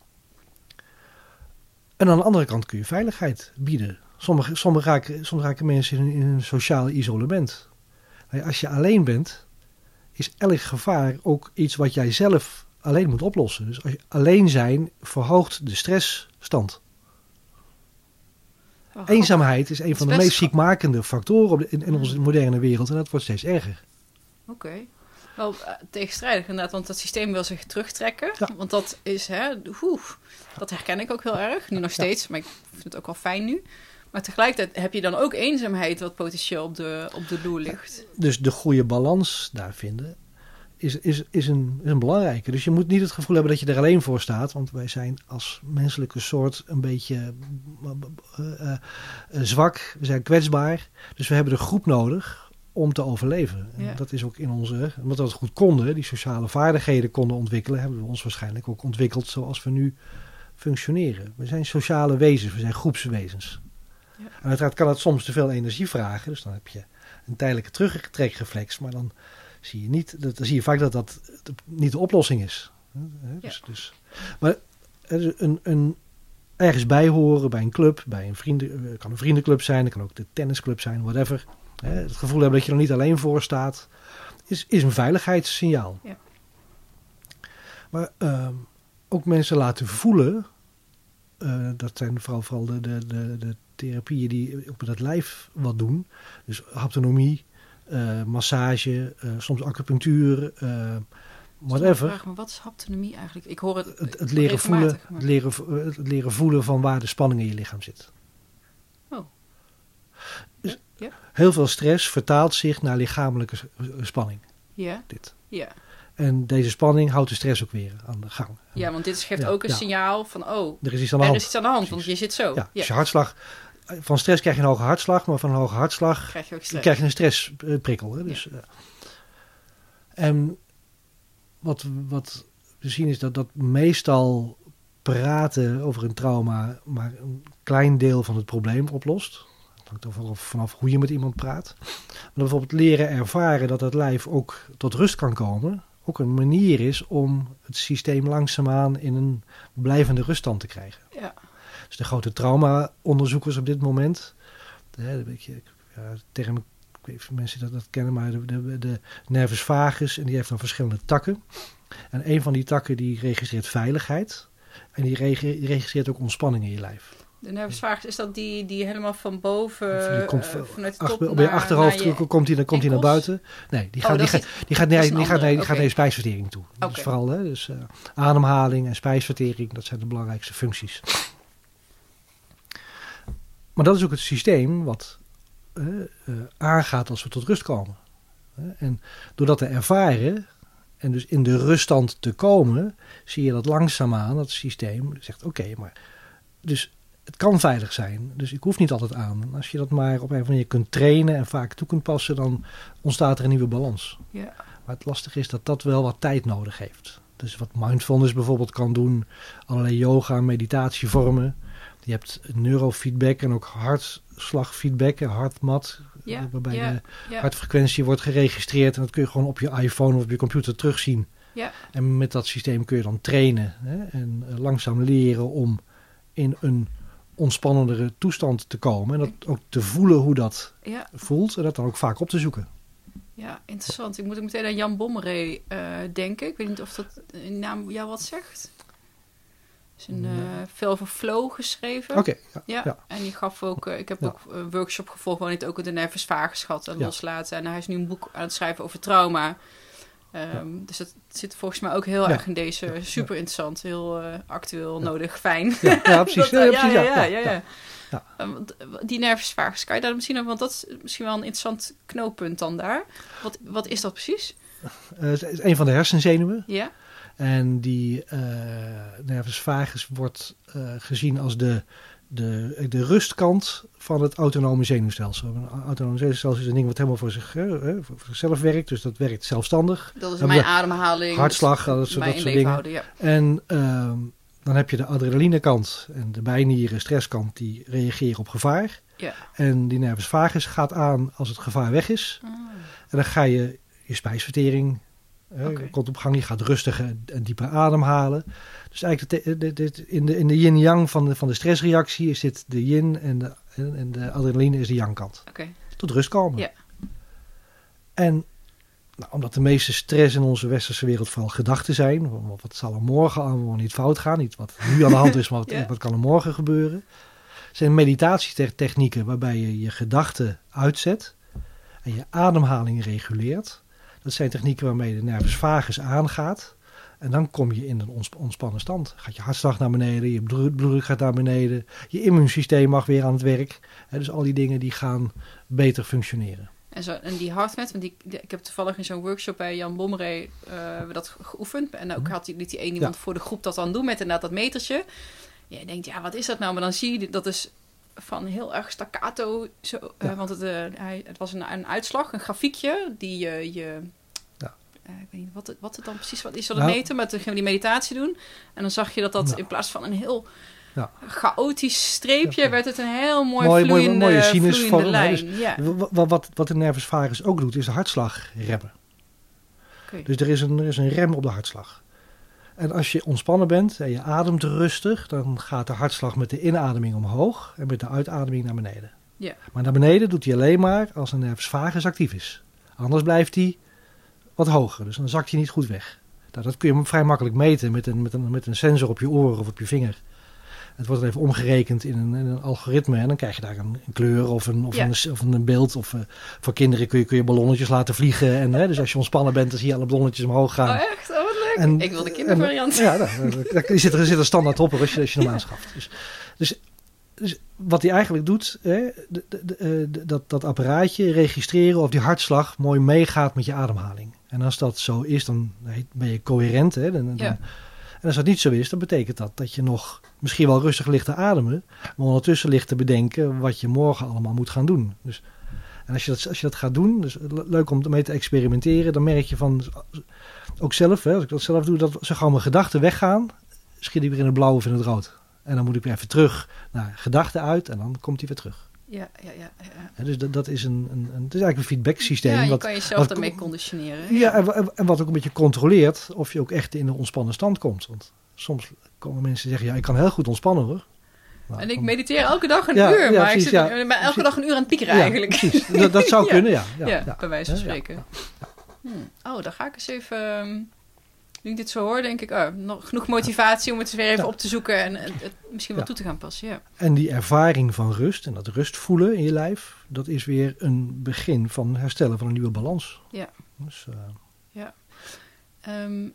En aan de andere kant kun je veiligheid bieden. Sommige, sommige, raken, soms raken mensen in, in een sociaal isolement. Als je alleen bent, is elk gevaar ook iets wat jij zelf alleen moet oplossen. Dus als je alleen zijn verhoogt de stressstand. Oh, Eenzaamheid is een is van de meest ziekmakende factoren in, in onze moderne wereld. En dat wordt steeds erger. Oké. Okay. Wel uh, tegenstrijdig inderdaad, want dat systeem wil zich terugtrekken. Ja. Want dat is, hè, oef, dat herken ik ook heel erg. Nu nog steeds, ja. maar ik vind het ook wel fijn nu. Maar tegelijkertijd heb je dan ook eenzaamheid wat potentieel op de, op de loer ligt. Dus de goede balans daar vinden is, is, is, een, is een belangrijke. Dus je moet niet het gevoel hebben dat je er alleen voor staat. Want wij zijn als menselijke soort een beetje uh, uh, uh, zwak. We zijn kwetsbaar. Dus we hebben de groep nodig om te overleven. Ja. En dat is ook in onze, omdat we het goed konden, die sociale vaardigheden konden ontwikkelen, hebben we ons waarschijnlijk ook ontwikkeld zoals we nu functioneren. We zijn sociale wezens, we zijn groepswezens. Ja. En uiteraard kan het soms te veel energie vragen, dus dan heb je een tijdelijke terugtrekreflex, maar dan zie je niet, dat, dan zie je vaak dat dat niet de oplossing is. Dus, ja. dus, maar een, een ergens bij horen bij een club, bij een vrienden, het kan een vriendenclub zijn, het kan ook de tennisclub zijn, whatever. Het gevoel hebben dat je er niet alleen voor staat, is, is een veiligheidssignaal. Ja. Maar uh, ook mensen laten voelen, uh, dat zijn vooral, vooral de, de, de, de therapieën die op het lijf wat doen. Dus haptonomie, uh, massage, uh, soms acupunctuur, uh, whatever. Vraag, maar wat is haptonomie eigenlijk? Ik hoor het, het, het, leren voelen, het, leren, het leren voelen van waar de spanning in je lichaam zit. Oh. Dus ja? Heel veel stress vertaalt zich naar lichamelijke spanning. Ja. Dit. Ja. En deze spanning houdt de stress ook weer aan de gang. Ja, want dit geeft ja, ook een ja. signaal van, oh, er is iets aan de hand. Er is iets aan de hand, want je zit zo. Ja, ja. Dus je hartslag, van stress krijg je een hoge hartslag, maar van een hoge hartslag krijg je, ook stress. krijg je een stressprikkel. Hè? Dus, ja. uh, en wat, wat we zien is dat, dat meestal praten over een trauma maar een klein deel van het probleem oplost. Het hangt over vanaf hoe je met iemand praat. Maar bijvoorbeeld leren ervaren dat het lijf ook tot rust kan komen, ook een manier is om het systeem langzaamaan in een blijvende ruststand te krijgen. Ja. Dus de grote trauma-onderzoekers op dit moment, de, de, beetje, ja, term, ik weet niet of mensen dat, dat kennen, maar de, de, de nervus vagus, en die heeft dan verschillende takken. En een van die takken die registreert veiligheid en die, reg- die registreert ook ontspanning in je lijf. De nervus vagus, is dat die, die helemaal van boven, die komt, uh, vanuit de top ach, op je achterhoofd naar je komt hij komt naar buiten. Nee, die gaat, oh, die gaat, die gaat, nee, die gaat, nee, die okay. gaat naar je spijsvertering toe. Okay. Dus vooral, hè, dus, uh, ademhaling en spijsvertering, dat zijn de belangrijkste functies. Maar dat is ook het systeem wat uh, uh, aangaat als we tot rust komen. Uh, en door dat te ervaren en dus in de ruststand te komen, zie je dat langzaamaan dat systeem zegt, oké, okay, maar dus het kan veilig zijn, dus ik hoef niet altijd aan. En als je dat maar op een of andere manier kunt trainen en vaak toe kunt passen, dan ontstaat er een nieuwe balans. Ja. Maar het lastige is dat dat wel wat tijd nodig heeft. Dus wat mindfulness bijvoorbeeld kan doen, allerlei yoga en meditatievormen. Je hebt neurofeedback en ook hartslagfeedback, hartmat, ja, waarbij ja, de ja. hartfrequentie wordt geregistreerd. En dat kun je gewoon op je iPhone of op je computer terugzien. Ja. En met dat systeem kun je dan trainen, hè, en uh, langzaam leren om in een ontspannendere toestand te komen. En dat ook te voelen hoe dat ja. voelt en dat dan ook vaak op te zoeken. Ja, interessant. Ik moet ook meteen aan Jan Bommeré uh, denken. Ik weet niet of dat in naam jou wat zegt. Er is een uh, veel over flow geschreven. Oké. Okay, ja, ja. ja. En die gaf ook, uh, ik heb ja. ook een workshop gevolgd waarin het ook de nervus vagus gehad en ja. loslaten. En hij is nu een boek aan het schrijven over trauma. Um, ja. Dus dat zit volgens mij ook heel ja. erg in deze ja. super interessant, heel uh, actueel, ja. nodig, fijn. Ja, ja precies. dat, ja, ja, precies ja, ja, ja, ja, ja, ja. ja. Um, die nervus vagus, kan je daar misschien ook, want dat is misschien wel een interessant knooppunt dan daar. Wat, wat is dat precies? Uh, het is een van de hersenzenuwen. Ja. En die uh, nervus vagus wordt uh, gezien als de, de, de rustkant van het autonome zenuwstelsel. Een autonome zenuwstelsel is een ding wat helemaal voor, zich, uh, voor zichzelf werkt. Dus dat werkt zelfstandig. Dat is mijn ademhaling. Hartslag, dat, dat, dat soort dingen. Houden, ja. En uh, dan heb je de adrenalinekant en de bijnieren, stresskant, die reageren op gevaar. Ja. En die nervus vagus gaat aan als het gevaar weg is. Oh. En dan ga je je spijsvertering... Uh, okay. Komt op gang, je gaat rustiger en dieper ademhalen. Dus eigenlijk de, de, de, in de, in de yin-yang van de, van de stressreactie is dit de yin en de, en de adrenaline is de yang-kant. Okay. Tot rust komen. Yeah. En nou, omdat de meeste stress in onze westerse wereld vooral gedachten zijn. Wat zal er morgen allemaal niet fout gaan? Niet wat nu aan de hand is, maar wat, yeah. wat kan er morgen gebeuren? Zijn meditatietechnieken waarbij je je gedachten uitzet en je ademhaling reguleert. Dat zijn technieken waarmee de nervus vagus aangaat. En dan kom je in een ontspannen stand. Gaat je hartslag naar beneden, je bloeddruk gaat naar beneden. Je immuunsysteem mag weer aan het werk. He, dus al die dingen die gaan beter functioneren. En, zo, en die HeartMath, want die, die, ik heb toevallig in zo'n workshop bij Jan Bommeré uh, dat geoefend. En ook had die, liet die één iemand ja. voor de groep dat dan doen met inderdaad dat metertje. Ja, je denkt, ja, wat is dat nou? Maar dan zie je, dat is van heel erg staccato. Zo, ja. uh, want het, uh, hij, het was een, een uitslag, een grafiekje die uh, je... Ja. Uh, ik weet niet wat het, wat het dan precies wat is dat het nou, meten, maar toen gingen we die meditatie doen. En dan zag je dat dat ja. in plaats van een heel ja. chaotisch streepje, ja. werd het een heel mooi, mooi vloeiende, mooie sinusvorm, lijn. Dus ja. wat, wat, wat de nervus vagus ook doet, is de hartslag remmen. Okay. Dus er is, een, er is een rem op de hartslag. En als je ontspannen bent en je ademt rustig, dan gaat de hartslag met de inademing omhoog en met de uitademing naar beneden. Ja. Maar naar beneden doet hij alleen maar als een nervus vagus actief is. Anders blijft hij wat hoger, dus dan zakt hij niet goed weg. Nou, dat kun je vrij makkelijk meten met een, met, een, met een sensor op je oor of op je vinger. Het wordt dan even omgerekend in een, in een algoritme en dan krijg je daar een, een kleur of een, of, ja. een, of een beeld. Of uh, voor kinderen kun je, kun je ballonnetjes laten vliegen. En, hè, dus als je ontspannen bent, dan zie je alle ballonnetjes omhoog gaan. Oh echt? Oh, wat leuk. En, ik wil de kindervariant. Ja, nou, er zit er zit een standaard op als je, als je hem ja. aanschaft. Dus, dus, dus wat hij eigenlijk doet, hè, de, de, de, de, dat, dat apparaatje registreren of die hartslag mooi meegaat met je ademhaling. En als dat zo is, dan ben je coherent. Hè, dan, ja. dan, en als dat niet zo is, dan betekent dat dat je nog misschien wel rustig ligt te ademen, maar ondertussen ligt te bedenken wat je morgen allemaal moet gaan doen. Dus, en als je, dat, als je dat gaat doen, dus leuk om ermee te experimenteren, dan merk je van, ook zelf, hè, als ik dat zelf doe, dat zo gauw mijn gedachten weggaan, schiet ik weer in het blauw of in het rood. En dan moet ik weer even terug naar gedachten uit en dan komt hij weer terug. Ja, ja, ja. ja. En dus dat, dat is een, een, een, het is eigenlijk een feedback systeem. Ja, je wat, kan jezelf wat, daarmee conditioneren. Ja, ja. En, en wat ook een beetje controleert of je ook echt in een ontspannen stand komt. Want soms komen mensen zeggen, ja, ik kan heel goed ontspannen hoor. Nou, en ik mediteer elke dag een ja, uur, ja, maar precies, ik zit ja, elke precies. dag een uur aan het piekeren ja, eigenlijk. Precies, dat, dat zou ja. kunnen, ja. Ja, ja, ja. bij wijze van spreken. Ja, ja. Hmm. Oh, dan ga ik eens even... Nu ik dit zo hoor, denk ik, oh, nog genoeg motivatie om het weer even ja. op te zoeken en, en het misschien wel ja. toe te gaan passen. Ja. En die ervaring van rust en dat rust voelen in je lijf, dat is weer een begin van herstellen van een nieuwe balans. Ja. Dus, uh... ja. Um,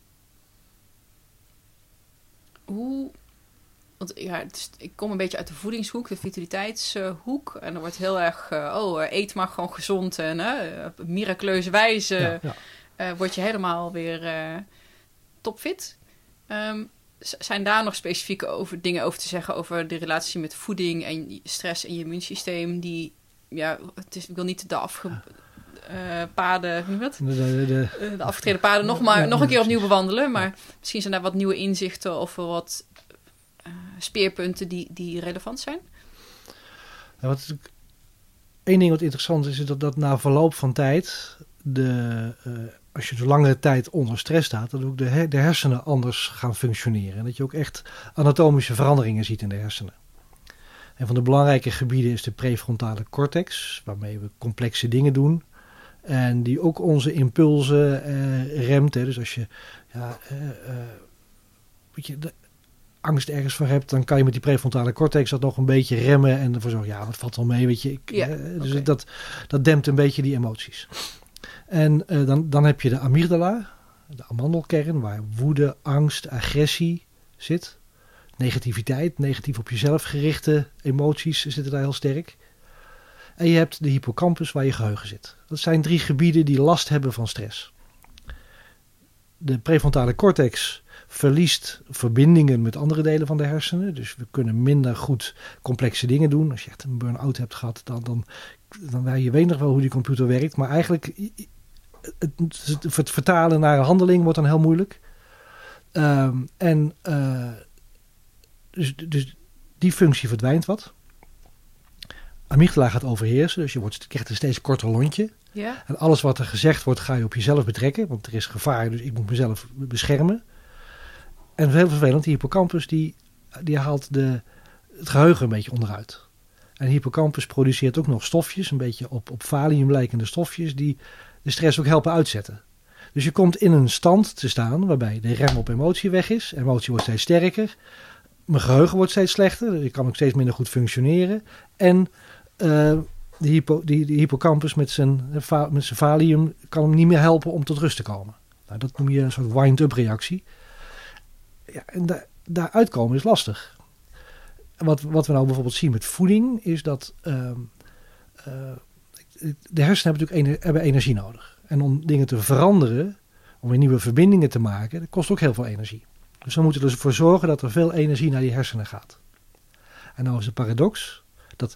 hoe... Want ja, het is, ik kom een beetje uit de voedingshoek, de vitaliteitshoek. Uh, en er wordt heel erg, uh, oh, eet maar gewoon gezond. En uh, op miraculeuze wijze ja, ja. Uh, word je helemaal weer uh, topfit. Um, zijn daar nog specifieke over, dingen over te zeggen over de relatie met voeding en stress en je immuunsysteem? Die, ja, het is, ik wil niet de afge... Uh, paden, hoe noem je dat? De, de, de, de afgetreden paden nog, maar, ja, nog een keer opnieuw bewandelen. Maar ja. misschien zijn daar wat nieuwe inzichten of wat uh, speerpunten die, die relevant zijn. Ja, wat, één ding wat interessant is, is dat, dat na verloop van tijd, de, uh, als je zo langere tijd onder stress staat, dat ook de, her, de hersenen anders gaan functioneren. En dat je ook echt anatomische veranderingen ziet in de hersenen. En van de belangrijke gebieden is de prefrontale cortex, waarmee we complexe dingen doen. En die ook onze impulsen uh, remt. Hè. Dus als je, ja, uh, uh, weet je de angst ergens voor hebt, dan kan je met die prefrontale cortex dat nog een beetje remmen en ervoor zorgen, ja, wat valt wel mee, weet je. Ik, ja, uh, dus okay. dat, dat dempt een beetje die emoties. En uh, dan, dan heb je de amygdala. de amandelkern, waar woede, angst, agressie zit. Negativiteit, negatief op jezelf gerichte emoties zitten daar heel sterk. En je hebt de hippocampus waar je geheugen zit. Dat zijn drie gebieden die last hebben van stress. De prefrontale cortex verliest verbindingen met andere delen van de hersenen. Dus we kunnen minder goed complexe dingen doen. Als je echt een burn-out hebt gehad, dan, dan, dan, dan je weet nog wel hoe die computer werkt. Maar eigenlijk, het, het, het vertalen naar een handeling wordt dan heel moeilijk. Um, en uh, dus, dus die functie verdwijnt wat. Amygdala gaat overheersen, dus je wordt, krijgt een steeds korter lontje. Ja. En alles wat er gezegd wordt, ga je op jezelf betrekken. Want er is gevaar, dus ik moet mezelf beschermen. En heel vervelend, die hippocampus die, die haalt de, het geheugen een beetje onderuit. En de hippocampus produceert ook nog stofjes, een beetje op, op valium lijkende stofjes, die de stress ook helpen uitzetten. Dus je komt in een stand te staan waarbij de rem op emotie weg is. Emotie wordt steeds sterker. Mijn geheugen wordt steeds slechter. Dus ik kan ook steeds minder goed functioneren. En uh, de, hypo, die, de hippocampus met zijn, met zijn valium kan hem niet meer helpen om tot rust te komen. Nou, dat noem je een soort wind-up reactie. Ja, en da, daar uitkomen is lastig. En wat, wat we nou bijvoorbeeld zien met voeding is dat uh, uh, de hersenen hebben natuurlijk ener, hebben energie nodig. En om dingen te veranderen, om weer nieuwe verbindingen te maken, dat kost ook heel veel energie. Dus we moeten ervoor zorgen dat er veel energie naar die hersenen gaat. En nou is de paradox dat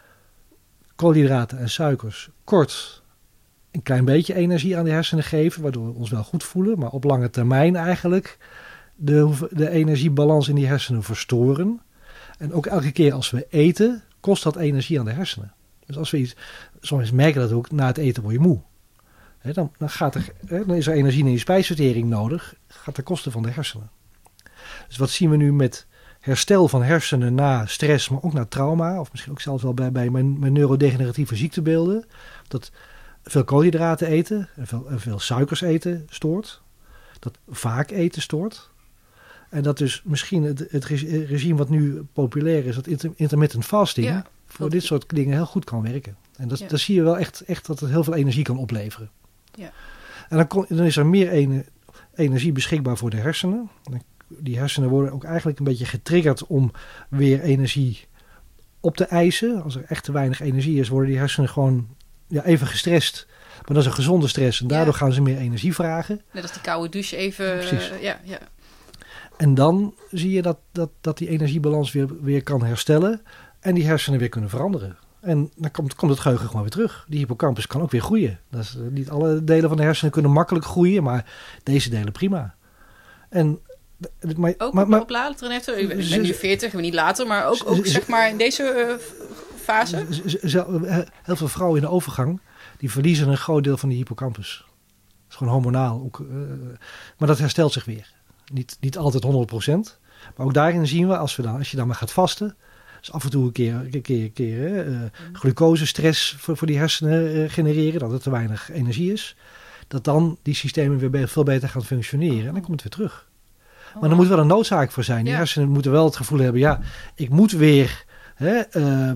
koolhydraten en suikers kort een klein beetje energie aan de hersenen geven, waardoor we ons wel goed voelen, maar op lange termijn eigenlijk de, de energiebalans in die hersenen verstoren. En ook elke keer als we eten, kost dat energie aan de hersenen. Dus als we iets, soms merken dat ook, na het eten word je moe. He, dan, dan, gaat er, he, dan is er energie in je spijsvertering nodig, gaat ten koste van de hersenen. Dus wat zien we nu met herstel van hersenen na stress, maar ook na trauma, of misschien ook zelfs wel bij, bij mijn, mijn neurodegeneratieve ziektebeelden, dat veel koolhydraten eten en veel, en veel suikers eten stoort, dat vaak eten stoort. En dat dus misschien het, het regime wat nu populair is, dat inter, intermittent fasting, ja, voor dit soort dingen heel goed kan werken. En dat, ja. dan zie je wel echt, echt dat het heel veel energie kan opleveren. Ja. En dan, kon, dan is er meer ene, energie beschikbaar voor de hersenen. Die hersenen worden ook eigenlijk een beetje getriggerd om weer energie op te eisen. Als er echt te weinig energie is, worden die hersenen gewoon ja, even gestrest. Maar dat is een gezonde stress en daardoor ja. gaan ze meer energie vragen. Net als die koude douche even... Precies. Uh, ja, ja. En dan zie je dat, dat, dat die energiebalans weer, weer kan herstellen en die hersenen weer kunnen veranderen. En dan komt, komt het geheugen gewoon weer terug. Die hippocampus kan ook weer groeien. Dat is, niet alle delen van de hersenen kunnen makkelijk groeien, maar deze delen prima. En, maar, ook maar, maar, op later heeft ik ben nu veertig, maar niet later, maar ook, ook zeg maar in deze uh, fase. Heel veel vrouwen in de overgang, die verliezen een groot deel van die hippocampus. Dat is gewoon hormonaal. Ook, uh, maar dat herstelt zich weer. Niet, niet altijd honderd procent. Maar ook daarin zien we, als, we dan, als je dan maar gaat vasten, dus af en toe een keer, een keer, een keer uh, glucosestress voor, voor die hersenen uh, genereren, dat er te weinig energie is, dat dan die systemen weer be- veel beter gaan functioneren. En dan komt het weer terug. Oh. Maar er moet wel een noodzaak voor zijn. Die ja. hersenen moeten wel het gevoel hebben, ja, ik moet weer hè, uh,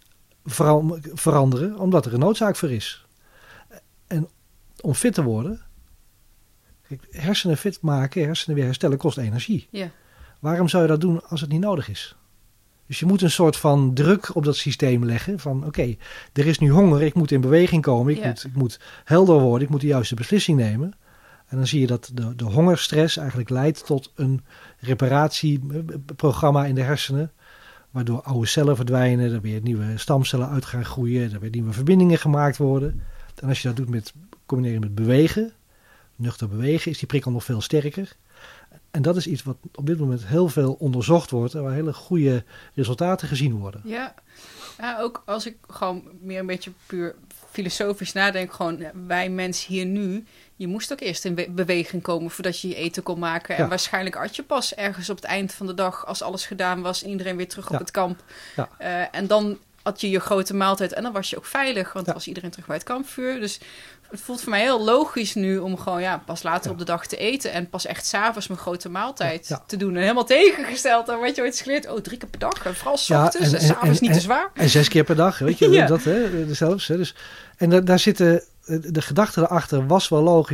vera- veranderen, omdat er een noodzaak voor is. En om fit te worden, kijk, hersenen fit maken, hersenen weer herstellen, kost energie. Ja. Waarom zou je dat doen als het niet nodig is? Dus je moet een soort van druk op dat systeem leggen. Van oké, okay, er is nu honger, ik moet in beweging komen. Ik, ja. moet, ik moet helder worden, ik moet de juiste beslissing nemen. En dan zie je dat de, de hongerstress eigenlijk leidt tot een reparatieprogramma in de hersenen. Waardoor oude cellen verdwijnen, er weer nieuwe stamcellen uit gaan groeien. Er weer nieuwe verbindingen gemaakt worden. En als je dat doet met combineren met bewegen, nuchter bewegen, is die prikkel nog veel sterker. En dat is iets wat op dit moment heel veel onderzocht wordt en waar hele goede resultaten gezien worden. Ja, ja ook als ik gewoon meer een beetje puur filosofisch nadenk, gewoon wij mensen hier nu, je moest ook eerst in beweging komen voordat je je eten kon maken. Ja. En waarschijnlijk had je pas ergens op het eind van de dag, als alles gedaan was, iedereen weer terug op ja. het kamp. Ja. Uh, en dan had je je grote maaltijd en dan was je ook veilig, want ja. dan was iedereen terug bij het kampvuur. Dus het voelt voor mij heel logisch nu om gewoon ja, pas later ja. op de dag te eten en pas echt 's avonds mijn grote maaltijd ja, ja. te doen. En helemaal tegengesteld aan wat je ooit geleerd. Oh, drie keer per dag. En vooral 's ja, ochtends en, en 's avonds niet en, te zwaar. En zes keer per dag, weet je. ja. dat, hè, zelfs, hè. Dus, en da, daar zitten, de gedachte erachter was wel logisch,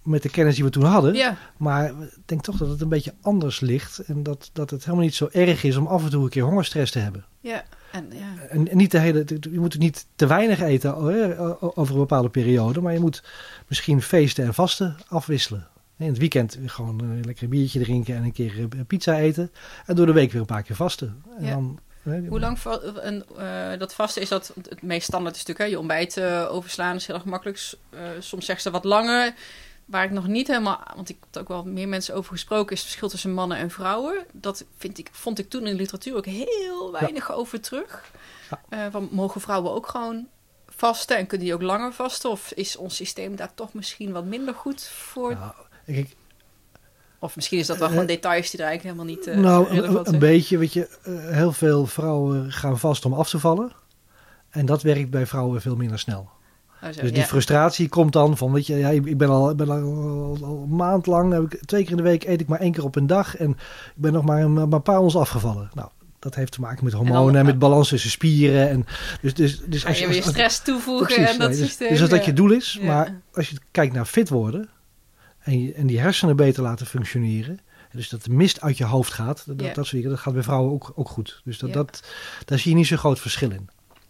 met de kennis die we toen hadden. Ja. Maar ik denk toch dat het een beetje anders ligt. En dat, dat het helemaal niet zo erg is om af en toe een keer hongerstress te hebben. Ja. En, ja. En, en niet de hele, je moet niet te weinig eten over een bepaalde periode. Maar je moet misschien feesten en vasten afwisselen. In het weekend gewoon een lekker biertje drinken en een keer pizza eten. En door de week weer een paar keer vasten. En ja. dan, Hoe lang va- en, uh, dat vasten is dat het meest standaard stuk? Hè? Je ontbijt uh, overslaan is heel erg makkelijk. Uh, soms zeggen ze wat langer. Waar ik nog niet helemaal, want ik heb ook wel meer mensen over gesproken, is het verschil tussen mannen en vrouwen. Dat vind ik, vond ik toen in de literatuur ook heel weinig ja. over terug. Ja. Uh, van, mogen vrouwen ook gewoon vasten en kunnen die ook langer vasten? Of is ons systeem daar toch misschien wat minder goed voor? Ja, ik, Of misschien is dat wel uh, gewoon details die er eigenlijk helemaal niet uh, nou, relevant een, een beetje, weet je, uh, heel veel vrouwen gaan vast om af te vallen. En dat werkt bij vrouwen veel minder snel. Oh, zo, dus die ja. frustratie komt dan van, weet je, ja, ik ben al, ik ben al, al, al een maand lang, heb ik, twee keer in de week eet ik maar één keer op een dag. En ik ben nog maar een, maar een paar ons afgevallen. Nou, dat heeft te maken met hormonen en, dan, en met balans tussen spieren. En dus, dus, dus als je weer stress toevoegen precies, en dat nee, systeem. Dus, dus dat ja. je doel is. Ja. Maar als je kijkt naar fit worden en, je, en die hersenen beter laten functioneren. Dus dat de mist uit je hoofd gaat. Dat, ja. dat, soort dingen, dat gaat bij vrouwen ook, ook goed. Dus dat, ja. dat, daar zie je niet zo'n groot verschil in.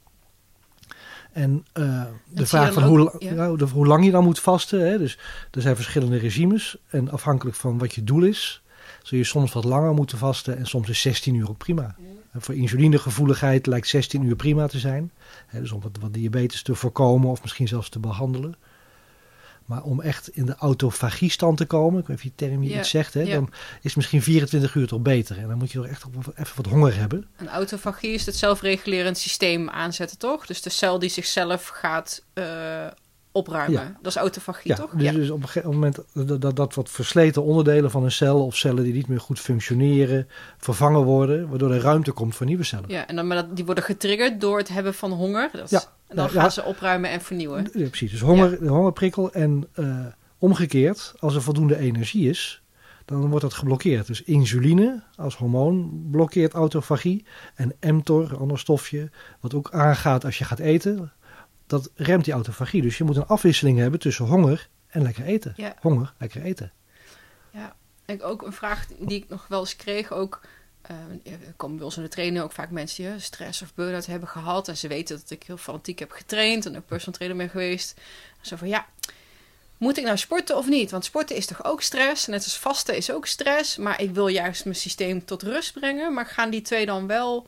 En uh, de vraag van ook, hoe, ja. nou, de, hoe lang je dan moet vasten. Hè? Dus er zijn verschillende regimes. En afhankelijk van wat je doel is, zul je soms wat langer moeten vasten. En soms is zestien uur ook prima. Ja. En voor insulinegevoeligheid lijkt zestien uur prima te zijn. Hè? Dus om wat, wat diabetes te voorkomen of misschien zelfs te behandelen. Maar om echt in de autofagiestand te komen, ik weet niet of die term je ja. iets zegt, hè, ja. dan is misschien vierentwintig uur toch beter. En dan moet je toch echt even wat honger hebben. Een autofagie is het zelfregulerend systeem aanzetten, toch? Dus de cel die zichzelf gaat uh, opruimen. Ja. Dat is autofagie, ja, toch? Dus, ja, dus op een gegeven moment dat, dat, dat wat versleten onderdelen van een cel of cellen die niet meer goed functioneren, vervangen worden, waardoor er ruimte komt voor nieuwe cellen. Ja, en dan, maar dat, die worden getriggerd door het hebben van honger. Dat is, ja. En dan ja, gaan ja. ze opruimen en vernieuwen. Ja, precies, dus honger, ja. de hongerprikkel en uh, omgekeerd, als er voldoende energie is, dan wordt dat geblokkeerd. Dus insuline als hormoon blokkeert autofagie. En mTOR, een ander stofje, wat ook aangaat als je gaat eten, dat remt die autofagie. Dus je moet een afwisseling hebben tussen honger en lekker eten. Ja. Honger, lekker eten. Ja, en ook een vraag die ik nog wel eens kreeg, ook Uh, er komen bij ons in de training ook vaak mensen die uh, stress of burn-out hebben gehad. En ze weten dat ik heel fanatiek heb getraind en ook personal trainer ben geweest. Zo van, ja, moet ik nou sporten of niet? Want sporten is toch ook stress? Net als vasten is ook stress. Maar ik wil juist mijn systeem tot rust brengen. Maar gaan die twee dan wel...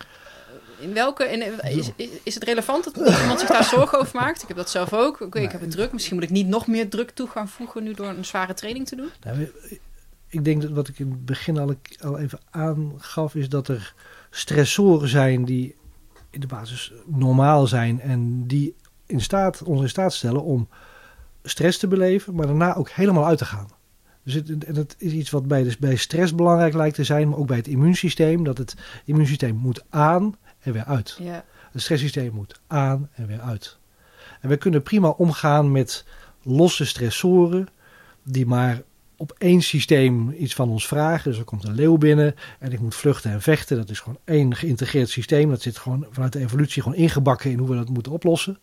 In welke... In, is, is, is het relevant dat, dat iemand zich daar zorgen over maakt? Ik heb dat zelf ook. Oké, okay, nee. Ik heb het druk. Misschien moet ik niet nog meer druk toe gaan voegen nu door een zware training te doen. Nou, ik denk dat wat ik in het begin al, al even aangaf, is dat er stressoren zijn die in de basis normaal zijn en die in staat, ons in staat stellen om stress te beleven, maar daarna ook helemaal uit te gaan. Dus het, en dat is iets wat bij, dus bij stress belangrijk lijkt te zijn, maar ook bij het immuunsysteem, dat het immuunsysteem moet aan en weer uit. Ja. Het stresssysteem moet aan en weer uit. En we kunnen prima omgaan met losse stressoren die maar op één systeem iets van ons vragen. Dus er komt een leeuw binnen en ik moet vluchten en vechten. Dat is gewoon één geïntegreerd systeem. Dat zit gewoon vanuit de evolutie gewoon ingebakken in hoe we dat moeten oplossen.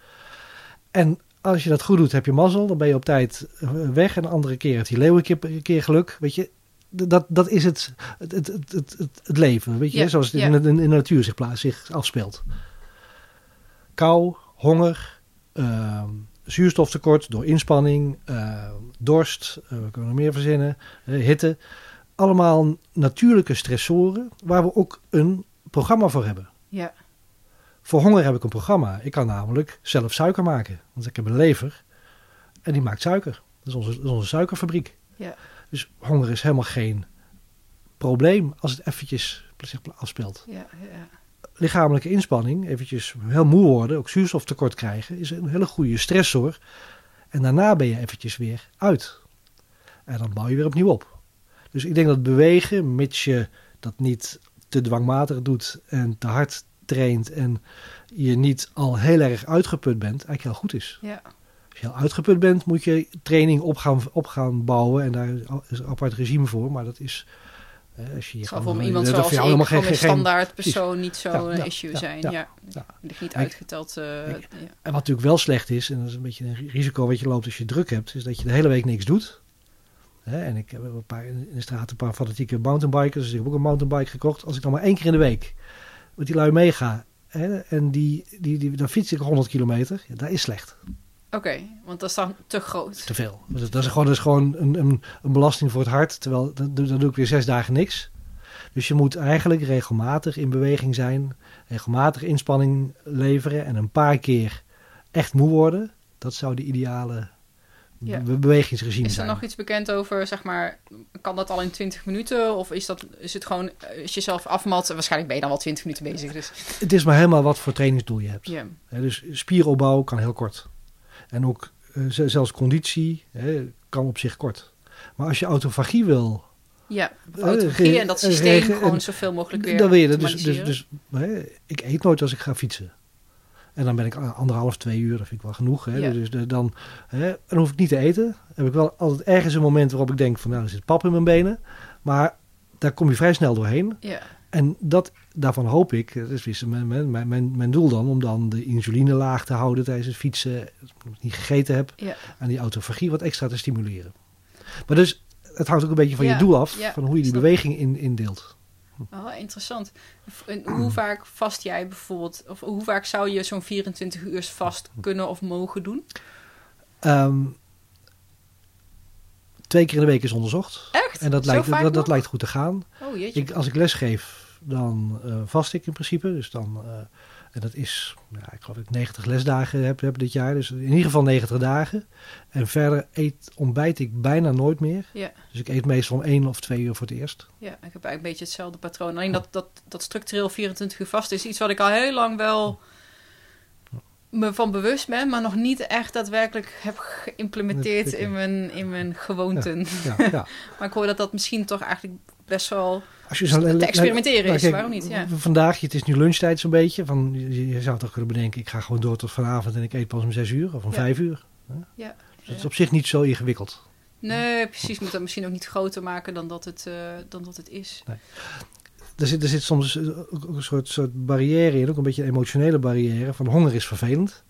En als je dat goed doet, heb je mazzel. Dan ben je op tijd weg. En de andere keer heeft die leeuw een keer, een keer geluk. Weet je, dat, dat is het, het, het, het, het, het leven. Weet je, ja, zoals het ja. in, in, in de natuur zich, plaats, zich afspeelt. Kou, honger, uh, zuurstoftekort door inspanning, uh, dorst, uh, we kunnen nog meer verzinnen, uh, hitte. Allemaal natuurlijke stressoren waar we ook een programma voor hebben. Ja. Voor honger heb ik een programma. Ik kan namelijk zelf suiker maken. Want ik heb een lever en die maakt suiker. Dat is onze, dat is onze suikerfabriek. Ja. Dus honger is helemaal geen probleem als het eventjes zich afspeelt. Ja, ja. Lichamelijke inspanning, eventjes heel moe worden, ook zuurstoftekort krijgen, is een hele goede stressor. En daarna ben je eventjes weer uit. En dan bouw je weer opnieuw op. Dus ik denk dat bewegen, mits je dat niet te dwangmatig doet en te hard traint en je niet al heel erg uitgeput bent, eigenlijk heel goed is. Ja. Als je heel uitgeput bent, moet je training op gaan, op gaan bouwen en daar is een apart regime voor, maar dat is Als je Het zal gewoon, voor iemand dat zoals voor jou ik, helemaal gewoon geen, een geen, standaard persoon niet zo Ja, een ja, issue ja, zijn. ja, Ja, ja. ligt niet En- uitgeteld. uh, en- ja. En wat natuurlijk wel slecht is, en dat is een beetje een risico wat je loopt als je druk hebt, is dat je de hele week niks doet. Hè, en ik heb een paar in de straat een paar fanatieke mountainbikers, dus ik heb ook een mountainbike gekocht. Als ik dan maar één keer in de week met die lui meega, hè, en die, die, die, dan fiets ik honderd kilometer, ja, dat is slecht. Oké, okay, want dat is dan te groot. Te veel. Dat, dat is gewoon, dat is gewoon een, een, een belasting voor het hart, terwijl dan, dan doe ik weer zes dagen niks. Dus je moet eigenlijk regelmatig in beweging zijn, regelmatig inspanning leveren en een paar keer echt moe worden. Dat zou de ideale Ja. be- bewegingsregime Is er zijn. nog iets bekend over, zeg maar, kan dat al in twintig minuten? Of is, dat, is het gewoon, als je zelf afmat, waarschijnlijk ben je dan wel twintig minuten bezig. Dus Het is maar helemaal wat voor trainingsdoel je hebt. ja, Hè, dus spieropbouw kan heel kort. En ook eh, z- zelfs conditie hè, kan op zich kort. Maar als je autofagie wil, ja Eh, autofagie re- en dat eh, systeem regen- gewoon en- zoveel mogelijk weer dan wil je dat dus, dus, optimaliseren. dus hè, ik eet nooit als ik ga fietsen. En dan ben ik anderhalf, twee uur, dat vind ik wel genoeg. Hè. Ja. Dus de, dan, hè, dan hoef ik niet te eten. Dan heb ik wel altijd ergens een moment waarop ik denk van nou, er zit pap in mijn benen. Maar daar kom je vrij snel doorheen. Ja, En dat, daarvan hoop ik, dat is mijn, mijn, mijn, mijn doel dan, om dan de insuline laag te houden tijdens het fietsen, als ik niet gegeten heb, ja. en die autofagie wat extra te stimuleren. Maar dus, het hangt ook een beetje van Ja, je doel af, ja, van hoe je die snap beweging in, indeelt. Oh, interessant. En hoe vaak vast jij bijvoorbeeld, of hoe vaak zou je zo'n vierentwintig uur vast kunnen of mogen doen? Um, twee keer in de week is onderzocht. Echt? En dat, Zo lijkt, vaak dat, dat nog? lijkt goed te gaan. Oh jeetje. Ik, als ik les geef, dan uh, vast ik in principe. Dus dan, uh, en dat is, ja, ik geloof dat ik negentig lesdagen heb, heb dit jaar. Dus in ieder geval negentig dagen. En verder eet, ontbijt ik bijna nooit meer. Ja. Dus ik eet meestal om één of twee uur voor het eerst. Ja, ik heb eigenlijk een beetje hetzelfde patroon. Alleen dat, dat, dat structureel vierentwintig uur vast is iets wat ik al heel lang wel me van bewust ben, maar nog niet echt daadwerkelijk heb geïmplementeerd in mijn, in mijn gewoonten. Ja, ja, ja. Maar ik hoor dat dat misschien toch eigenlijk best wel Als je zo le- te le- experimenteren nou, is. kijk, Waarom niet? Ja. Vandaag, het is nu lunchtijd zo'n beetje. Van, je, je zou toch kunnen bedenken, ik ga gewoon door tot vanavond en ik eet pas om zes uur of om Ja. vijf uur. Ja. Dus het is op zich niet zo ingewikkeld. Nee, precies. Je moet dat misschien ook niet groter maken dan dat het, uh, dan dat het is. Nee. Er zit, er zit soms ook een soort, soort barrière in, ook een beetje een emotionele barrière. Van honger is vervelend.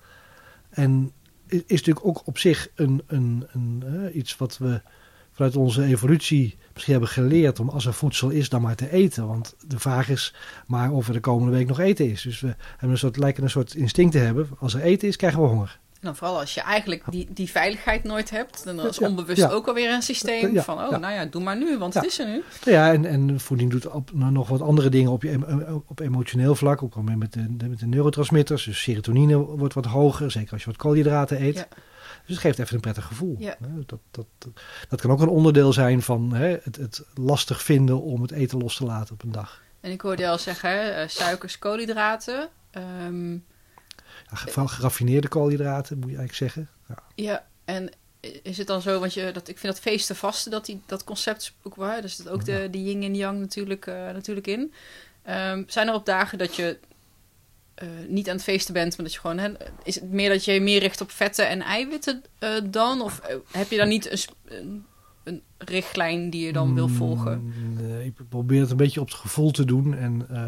En is natuurlijk ook op zich een, een, een, uh, iets wat we vanuit onze evolutie misschien hebben geleerd om als er voedsel is dan maar te eten. Want de vraag is maar of er de komende week nog eten is. Dus we hebben een soort, lijken een soort instinct te hebben. Als er eten is, krijgen we honger. En dan vooral als je eigenlijk die, die veiligheid nooit hebt, dan is Ja, onbewust ja. ook alweer een systeem Ja, van, oh, ja. nou ja, doe maar nu, want Ja. het is er nu. Ja, en, en voeding doet op, nou, nog wat andere dingen op, je, op emotioneel vlak. Ook al met de, met de neurotransmitters. Dus serotonine wordt wat hoger, zeker als je wat koolhydraten eet. Ja. Dus het geeft even een prettig gevoel. Ja. Dat, dat, dat, dat kan ook een onderdeel zijn van hè, het, het lastig vinden om het eten los te laten op een dag. En ik hoorde je al zeggen, hè, uh, suikers, koolhydraten. Um, Ja, vooral geraffineerde koolhydraten, moet je eigenlijk zeggen. Ja. ja, en is het dan zo, want je, dat, ik vind dat feesten vasten, dat, die, dat concept ook waar, dus dat ook de, de yin en yang natuurlijk, uh, natuurlijk in. Um, zijn er op dagen dat je uh, niet aan het feesten bent, maar dat je gewoon, hè, is het meer dat je meer richt op vetten en eiwitten uh, dan? Of uh, heb je dan niet een, een, een richtlijn die je dan wil volgen? Nee, ik probeer het een beetje op het gevoel te doen en uh,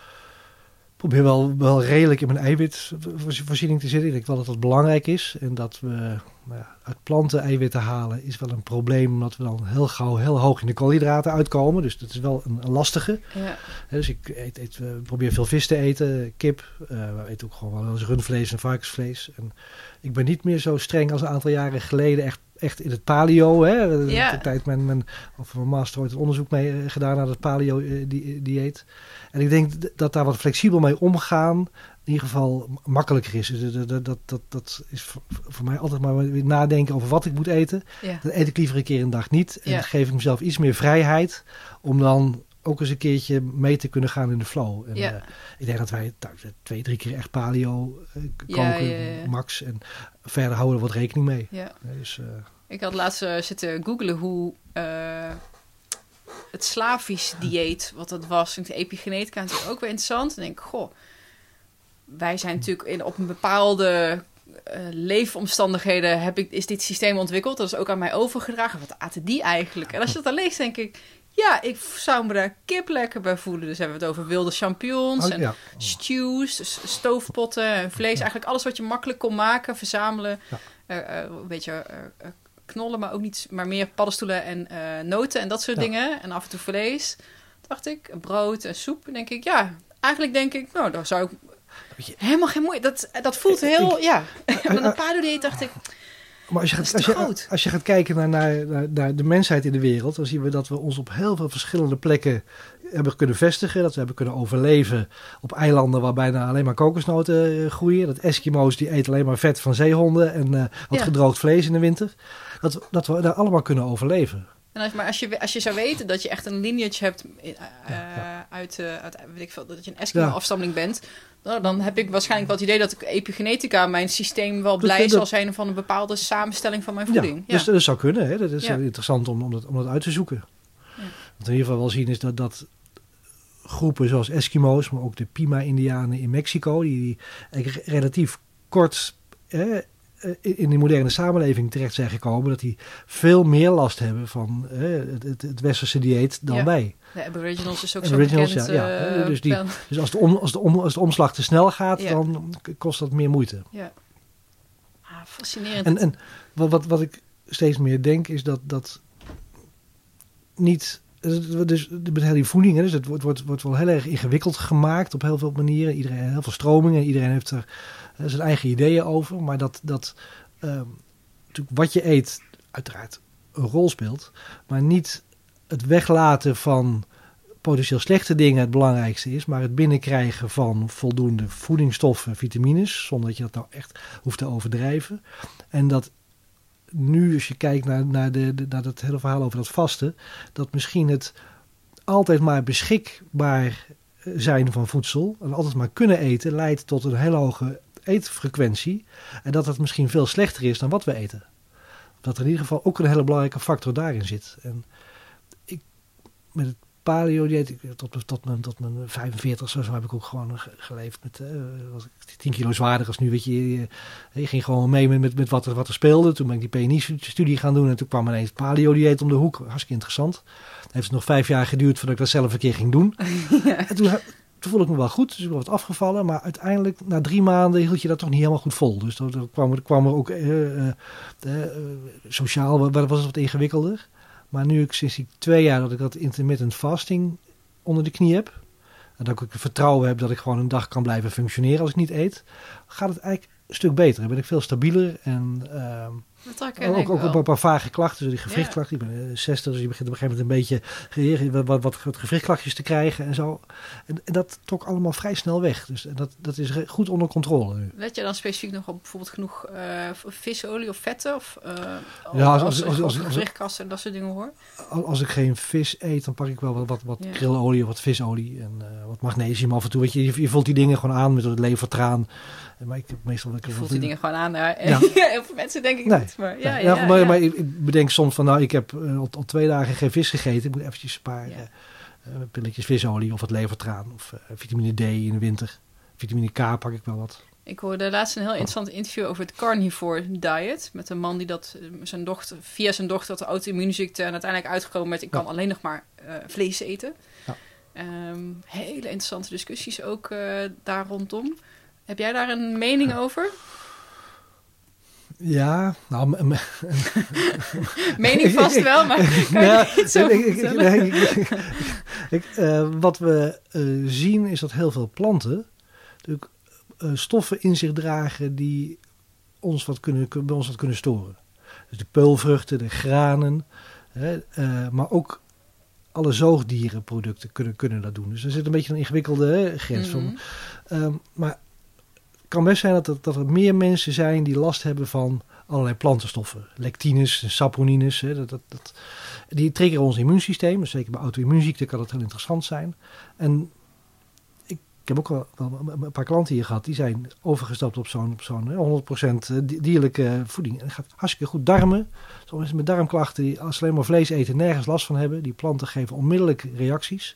probeer wel, wel redelijk in mijn eiwitvoorziening te zitten. Ik denk wel dat dat belangrijk is. En dat we nou ja, uit planten eiwitten halen is wel een probleem. Omdat we dan heel gauw heel hoog in de koolhydraten uitkomen. Dus dat is wel een, een lastige. Ja. Dus ik eet, eet, uh, probeer veel vis te eten. Kip. Uh, we eten ook gewoon wel eens rundvlees en varkensvlees. En ik ben niet meer zo streng als een aantal jaren geleden. Echt, echt in het paleo. Hè? Ja. De tijd mijn, mijn, of mijn master ooit een onderzoek mee uh, gedaan naar het paleo-dieet. En ik denk dat daar wat flexibel mee omgaan in ieder geval makkelijker is. Dat, dat, dat, dat, dat is voor mij altijd maar weer nadenken over wat ik moet eten. Ja. Dat eet ik liever een keer een dag niet. En Ja. dan geef ik mezelf iets meer vrijheid om dan ook eens een keertje mee te kunnen gaan in de flow. En, Ja. uh, ik denk dat wij nou, twee, drie keer echt paleo uh, koken, Ja, ja, ja. max. En verder houden we wat rekening mee. Ja. Dus, uh, Ik had laatst uh, zitten googlen hoe uh, het Slavisch dieet, wat dat was. En de epigenetica natuurlijk ook weer interessant. En denk ik, goh, wij zijn natuurlijk in, op een bepaalde uh, leefomstandigheden heb ik, is dit systeem ontwikkeld. Dat is ook aan mij overgedragen. Wat aten die eigenlijk? En als je dat dan leest, denk ik, Ja, ik zou me daar kip lekker bij voelen. Dus hebben we het over wilde champignons Oh, en ja. stews, dus stoofpotten en vlees. Ja. Eigenlijk alles wat je makkelijk kon maken, verzamelen. Ja. Uh, uh, een beetje uh, uh, knollen, maar ook niet, maar meer paddenstoelen en uh, noten en dat soort Ja. dingen. En af en toe vlees, dacht ik. Brood en soep. En denk ik, ja, eigenlijk denk ik, nou, daar zou ik je, helemaal geen moeite. Dat, dat voelt heel, ik, ja. Uh, Met een paleo-dieet dacht ik, Maar als je, gaat, als, groot. je, als je gaat kijken naar, naar, naar, naar de mensheid in de wereld, dan zien we dat we ons op heel veel verschillende plekken hebben kunnen vestigen. Dat we hebben kunnen overleven op eilanden waar bijna alleen maar kokosnoten uh, groeien. Dat Eskimo's die eten alleen maar vet van zeehonden en uh, wat Ja. gedroogd vlees in de winter. Dat, dat we daar allemaal kunnen overleven. En als, maar als je, als je zou weten dat je echt een lineage hebt uh, Ja, ja. uit, uh, uit, weet ik veel, dat je een Eskimo-afstammeling Ja. bent, nou, dan heb ik waarschijnlijk wel het idee dat ik epigenetica, mijn systeem, wel blij dat- zal zijn van een bepaalde samenstelling van mijn voeding. Ja, Ja, dus dat zou kunnen. Hè? Dat is Ja. interessant om, om, dat, om dat uit te zoeken. Ja. Wat we in ieder geval wel zien is dat, dat groepen zoals Eskimo's, maar ook de Pima-Indianen in Mexico, die, die eigenlijk relatief kort hè, in de moderne samenleving terecht zijn gekomen, dat die veel meer last hebben van hè, het, het, het westerse dieet dan Ja. wij. de Aboriginals is ook Aboriginals, zo bekend. ja, ja. uh, Dus die- wel- Dus als de, om, als de, om, als de omslag te snel gaat, Ja. dan k- kost dat meer moeite. ja. Ah, fascinerend. En, en wat, wat, wat ik steeds meer denk is dat, dat niet. Dus met heel die voeding, hè, dus het wordt, wordt, wordt wel heel erg ingewikkeld gemaakt op heel veel manieren. Iedereen, heel veel stromingen, iedereen heeft er uh, zijn eigen ideeën over. Maar dat, dat uh, natuurlijk wat je eet, uiteraard een rol speelt. Maar niet het weglaten van potentieel slechte dingen het belangrijkste is, maar het binnenkrijgen van voldoende voedingsstoffen, vitamines, zonder dat je dat nou echt hoeft te overdrijven. En dat nu, als je kijkt naar, naar, de, de, naar dat hele verhaal over dat vasten, dat misschien het altijd maar beschikbaar zijn van voedsel en altijd maar kunnen eten, leidt tot een hele hoge eetfrequentie. En dat dat misschien veel slechter is dan wat we eten. Dat er in ieder geval ook een hele belangrijke factor daarin zit. En ik, met het paleo-dieet, tot, tot, mijn, tot mijn vijfenveertig zo, zo heb ik ook gewoon geleefd met, uh, was ik tien kilo zwaarder als nu, weet je, je, je ging gewoon mee met, met, met wat, er, wat er speelde. Toen ben ik die P N I-studie gaan doen en toen kwam ineens het paleo-dieet om de hoek, hartstikke interessant. Het heeft nog vijf jaar geduurd voordat ik dat zelf een keer ging doen. Ja. En toen, toen voelde ik me wel goed, dus ik was wat afgevallen, maar uiteindelijk na drie maanden hield je dat toch niet helemaal goed vol. Dus dan kwam er, kwam er ook uh, uh, uh, sociaal, was het wat ingewikkelder. Maar nu ik sinds die twee jaar dat ik dat intermittent fasting onder de knie heb, en dat ik vertrouwen heb dat ik gewoon een dag kan blijven functioneren als ik niet eet, gaat het eigenlijk een stuk beter. Dan ben ik veel stabieler en uh, Dat herken ook, ik ook wel. op een paar vage klachten, dus die gewrichtklachten. Ik ben uh, zestig, dus je begint op een gegeven moment een beetje wat, wat, wat, wat gewrichtklachtjes te krijgen en zo. En, en dat trok allemaal vrij snel weg. Dus dat, dat is re- goed onder controle nu. Let je dan specifiek nog op bijvoorbeeld genoeg uh, visolie of vetten? Of, uh, Ja, als- als, als- als- als, als- gewrichtkasten en dat soort dingen hoor? Als ik geen vis eet, dan pak ik wel wat, wat, wat Ja. krilolie of wat visolie en uh, wat magnesium af en toe. Weet je, je, je voelt die dingen gewoon aan met het levertraan. Maar ik heb meestal... Je voelt die dingen gewoon aan. Ja. Ja. Heel veel mensen denk ik Nee. niet. Maar, ja, Ja, ja, ja, ja, maar, ja. maar ik, ik bedenk soms van, nou, ik heb uh, al, al twee dagen geen vis gegeten. Ik moet eventjes een paar Ja. uh, uh, pilletjes visolie of wat levertraan of uh, vitamine D in de winter. Vitamine K pak ik wel wat. Ik hoorde laatst een heel interessant interview over het carnivore diet. Met een man die dat uh, zijn dochter, via zijn dochter had een auto-immuunziekte en uiteindelijk uitgekomen met ik kan Ja. alleen nog maar uh, vlees eten. Ja. Um, hele interessante discussies ook uh, daar rondom. Heb jij daar een mening over? Ja, nou... m- m- Mening vast wel, maar kan je Ja, er iets over ik- ik- vertellen? nee, ik- ik- ik, uh, wat we uh, zien is dat heel veel planten natuurlijk, uh, stoffen in zich dragen die ons wat kunnen, bij ons wat kunnen storen. Dus de peulvruchten, de granen, hè, uh, maar ook alle zoogdierenproducten kunnen, kunnen dat doen. Dus er zit een beetje een ingewikkelde hè, grens Mhm. van. Um, maar het kan best zijn dat, er- dat er meer mensen zijn die last hebben van allerlei plantenstoffen. Lectines, saponines, hè, dat, dat, dat, die triggeren ons immuunsysteem. Dus zeker bij auto-immuunziekten kan dat heel interessant zijn. En ik, ik heb ook wel, wel een paar klanten hier gehad, die zijn overgestapt op zo'n, op zo'n hè, honderd procent dierlijke voeding. En dat gaat hartstikke goed. Darmen, sommige mensen met darmklachten, die als ze alleen maar vlees eten nergens last van hebben. Die planten geven onmiddellijk reacties.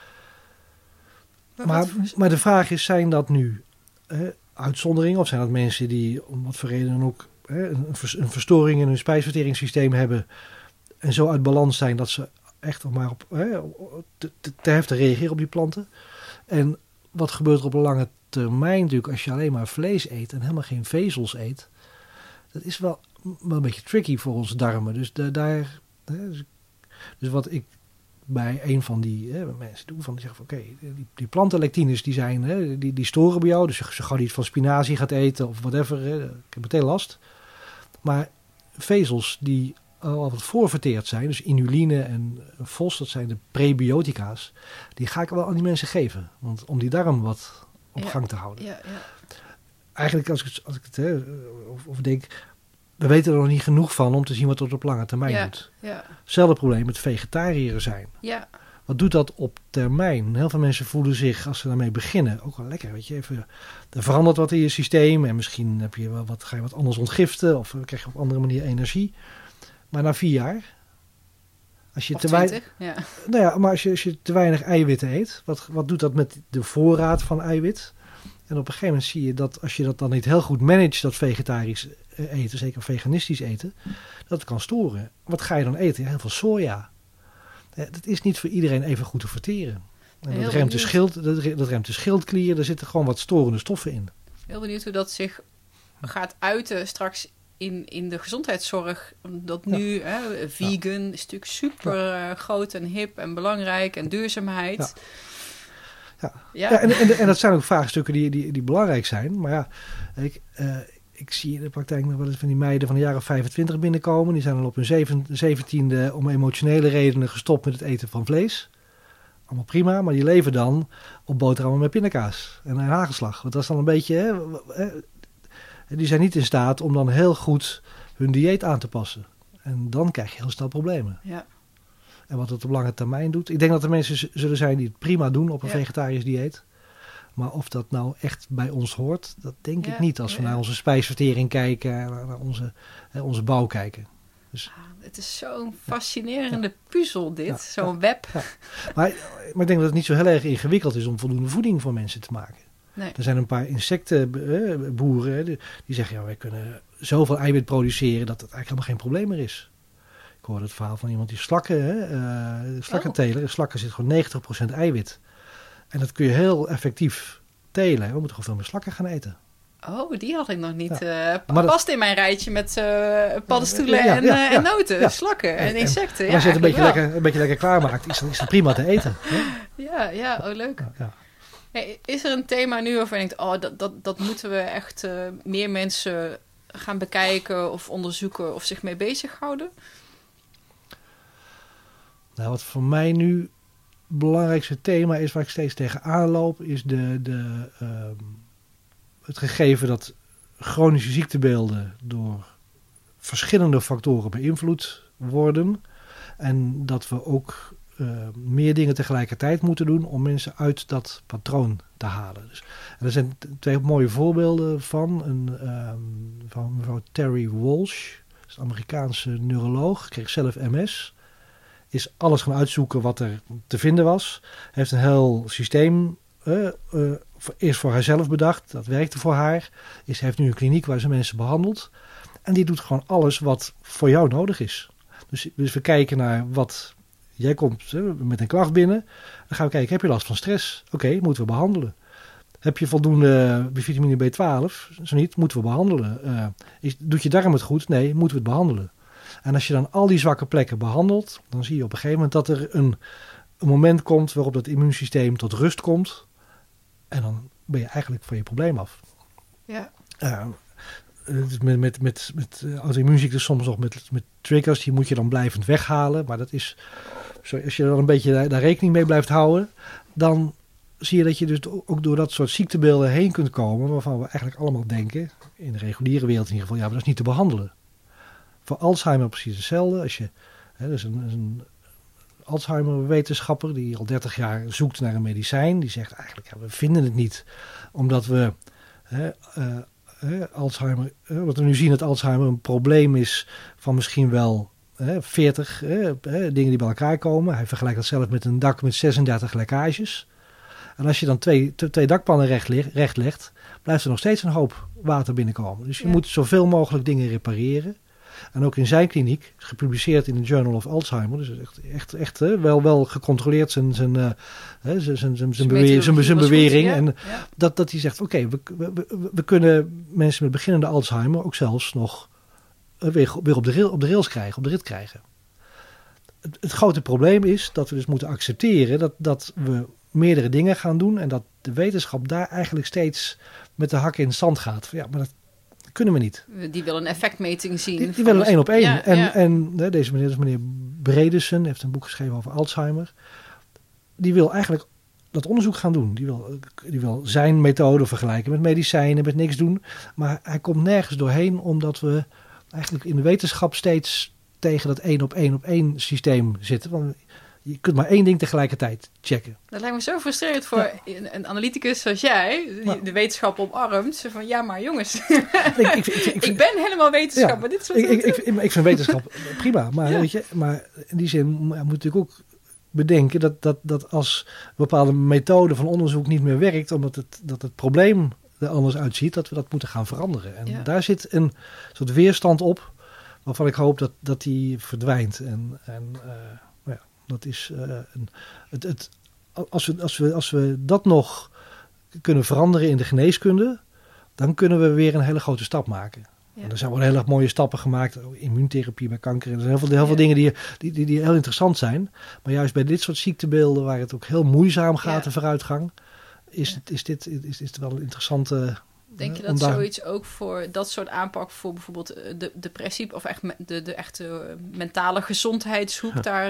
Maar Maar, wat voor- maar de vraag is, zijn dat nu hè, uitzonderingen? Of zijn dat mensen die om wat voor reden dan ook hè, een, vers- een verstoring in hun spijsverteringssysteem hebben en zo uit balans zijn dat ze echt nog maar op, hè, te, te, te heftig reageren op die planten. En wat gebeurt er op een lange termijn natuurlijk als je alleen maar vlees eet en helemaal geen vezels eet? Dat is wel, wel een beetje tricky voor onze darmen. Dus de, daar, hè, dus, dus wat ik bij een van die hè, mensen doe, van die zeggen van oké, okay, die, die plantenlectines die zijn, hè, die, die storen bij jou. Dus zo gauw die iets van spinazie gaat eten of whatever, hè, ik heb meteen last. Maar vezels die al wat voorverteerd zijn, dus inuline en fos, dat zijn de prebiotica's, die ga ik wel aan die mensen geven. Want om die darm wat op ja. gang te houden. Ja, ja. Eigenlijk als ik, als ik het hè, of, of denk, we weten er nog niet genoeg van om te zien wat het op lange termijn ja, doet. Ja. Hetzelfde probleem met vegetariërs zijn. Ja. Wat doet dat op termijn? Heel veel mensen voelen zich, als ze daarmee beginnen, ook wel lekker. Weet je, even, er verandert wat in je systeem en misschien heb je wel wat, ga je wat anders ontgiften of krijg je op andere manier energie. Maar na vier jaar, als je of te weinig, twintig, ja. nou ja, maar als je, als je te weinig eiwitten eet, wat, wat doet dat met de voorraad van eiwit? En op een gegeven moment zie je dat als je dat dan niet heel goed managt, dat vegetarisch eten, zeker veganistisch eten, dat het kan storen. Wat ga je dan eten? Ja, heel veel soja. Dat is niet voor iedereen even goed te verteren. En dat, remt de schild, dat, dat remt de schildklier, er zitten gewoon wat storende stoffen in. Heel benieuwd hoe dat zich gaat uiten straks in, in de gezondheidszorg. Dat nu, ja. hè, vegan ja. is natuurlijk super ja. groot en hip en belangrijk en duurzaamheid. Ja. Ja, ja. ja en, en, en dat zijn ook vraagstukken die, die, die belangrijk zijn. Maar ja, ik, uh, ik zie in de praktijk nog wel eens van die meiden van de jaren vijfentwintig binnenkomen. Die zijn al op hun zeventiende om emotionele redenen gestopt met het eten van vlees. Allemaal prima, maar die leven dan op boterhammen met pindakaas en een hagelslag. Want dat is dan een beetje, hè, hè, die zijn niet in staat om dan heel goed hun dieet aan te passen. En dan krijg je heel snel problemen. Ja. En wat het op lange termijn doet. Ik denk dat er mensen z- zullen zijn die het prima doen op een ja. vegetarisch dieet. Maar of dat nou echt bij ons hoort, dat denk ja. ik niet. Als we ja. naar onze spijsvertering kijken, naar onze, hè, onze bouw kijken. Dus, ah, het is zo'n fascinerende ja. puzzel dit, ja. zo'n ja. web. Ja. Maar, maar ik denk dat het niet zo heel erg ingewikkeld is om voldoende voeding voor mensen te maken. Nee. Er zijn een paar insectenboeren die zeggen, ja, wij kunnen zoveel eiwit produceren dat het eigenlijk helemaal geen probleem meer is. Ik hoorde het verhaal van iemand die slakken, hè, uh, slakkenteler. In slakken zit gewoon negentig procent eiwit. En dat kun je heel effectief telen. We moeten gewoon veel meer slakken gaan eten. Oh, die had ik nog niet. Ja. Uh, past dat... in mijn rijtje met uh, paddenstoelen ja, en, ja, ja, en noten, ja. slakken en, en insecten. En, en als je het een beetje, lekker, een beetje lekker klaarmaakt, is, is het prima te eten. Hè? Ja, ja, oh leuk. Ja, ja. Hey, is er een thema nu waarvan je denkt, oh, dat, dat, dat moeten we echt uh, meer mensen gaan bekijken of onderzoeken of zich mee bezighouden? Nou, wat voor mij nu het belangrijkste thema is, waar ik steeds tegenaan loop, is de, de, uh, het gegeven dat chronische ziektebeelden door verschillende factoren beïnvloed worden. En dat we ook uh, meer dingen tegelijkertijd moeten doen om mensen uit dat patroon te halen. Dus, en er zijn twee mooie voorbeelden van. Een, um, van mevrouw Terry Walsh, dat is een Amerikaanse neuroloog, kreeg zelf M S. Is alles gaan uitzoeken wat er te vinden was. Heeft een heel systeem uh, uh, eerst voor haarzelf bedacht. Dat werkte voor haar. Is, heeft nu een kliniek waar ze mensen behandelt. En die doet gewoon alles wat voor jou nodig is. Dus, dus we kijken naar wat... Jij komt uh, met een klacht binnen. Dan gaan we kijken, heb je last van stress? Oké, okay, moeten we behandelen. Heb je voldoende vitamine B twaalf? Zo niet, moeten we behandelen. Uh, is, doet je darm het goed? Nee, moeten we het behandelen. En als je dan al die zwakke plekken behandelt, dan zie je op een gegeven moment dat er een, een moment komt waarop dat immuunsysteem tot rust komt. En dan ben je eigenlijk van je probleem af. Ja. Uh, met met, met, met auto-immuunziekten soms nog met, met triggers, die moet je dan blijvend weghalen. Maar dat is, sorry, als je er dan een beetje daar, daar rekening mee blijft houden, dan zie je dat je dus ook door dat soort ziektebeelden heen kunt komen, waarvan we eigenlijk allemaal denken, in de reguliere wereld in ieder geval, ja, maar dat is niet te behandelen. Voor Alzheimer precies hetzelfde. Als je, hè, er is een, een Alzheimer-wetenschapper die al dertig jaar zoekt naar een medicijn. Die zegt eigenlijk, ja, we vinden het niet. Omdat we hè, uh, uh, Alzheimer, uh, wat we nu zien dat Alzheimer een probleem is van misschien wel uh, veertig uh, uh, dingen die bij elkaar komen. Hij vergelijkt dat zelf met een dak met zesendertig lekkages. En als je dan twee, twee dakpannen recht, leg, recht legt, blijft er nog steeds een hoop water binnenkomen. Dus je ja. moet zoveel mogelijk dingen repareren. En ook in zijn kliniek, gepubliceerd in de Journal of Alzheimer. Dus echt, echt, echt hè, wel, wel gecontroleerd zijn, zijn, uh, zijn, zijn, zijn, zijn, zijn, bewe- zijn, zijn bewering. Goed, ja. En ja. dat, dat hij zegt, oké, okay, we, we, we, we kunnen mensen met beginnende Alzheimer ook zelfs nog uh, weer, weer op, de rail, op de rails krijgen, op de rit krijgen. Het, het grote probleem is dat we dus moeten accepteren dat, dat we meerdere dingen gaan doen en dat de wetenschap daar eigenlijk steeds met de hakken in het zand gaat. Ja, maar dat kunnen we niet. Die willen een effectmeting zien. Die, die willen één op één. Ja, en, ja. en hè, deze meneer, dus meneer Bredesen, heeft een boek geschreven over Alzheimer. Die wil eigenlijk dat onderzoek gaan doen. Die wil, die wil zijn methode vergelijken met medicijnen, met niks doen. Maar hij komt nergens doorheen, omdat we eigenlijk in de wetenschap steeds tegen dat één op één op één systeem zitten. Want je kunt maar één ding tegelijkertijd checken. Dat lijkt me zo frustrerend voor ja. een, een analyticus zoals jij, die ja. de wetenschap omarmt. Zo van, ja maar jongens, ik, ik, ik, ik, ik ben helemaal wetenschap, ja, maar dit is wat ik, ik, ik, ik, ik vind wetenschap prima, maar, ja. weet je, maar in die zin moet je natuurlijk ook bedenken dat, dat, dat als een bepaalde methode van onderzoek niet meer werkt, omdat het, dat het probleem er anders uitziet, dat we dat moeten gaan veranderen. En ja. daar zit een soort weerstand op, waarvan ik hoop dat, dat die verdwijnt. En, en uh, ja, dat is uh, een, het, het, als, we, als, we, als we dat nog kunnen veranderen in de geneeskunde, dan kunnen we weer een hele grote stap maken. Ja. En er zijn wel heel erg mooie stappen gemaakt, immuuntherapie bij kanker. En er zijn heel veel, heel veel ja. dingen die, die, die, die heel interessant zijn. Maar juist bij dit soort ziektebeelden, waar het ook heel moeizaam gaat, ja. de vooruitgang, is, ja. het, is dit is, is het wel een interessante. Denk je dat daar... zoiets ook voor dat soort aanpak voor bijvoorbeeld de depressie of echt de, de echte mentale gezondheidshoek ja. daar?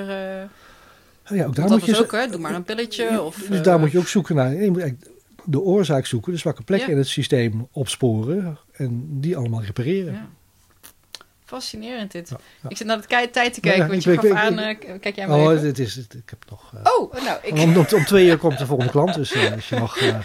Uh, ja, ook daar dat moet je ook, hè? Doe maar een pilletje. Ja, of, dus uh, daar moet je ook zoeken naar. Je moet eigenlijk de oorzaak zoeken, de zwakke plekken ja. in het systeem opsporen en die allemaal repareren. Ja. Fascinerend dit. Ja, ja. Ik zit naar de k- tijd te kijken, ja, want ik, je ik, gaf ik, aan... ik, uh, kijk jij maar oh, even. het is, het, ik heb nog... Uh, oh, nou... Ik... Om, om, om twee uur komt de volgende klant, dus uh, als je nog... Uh,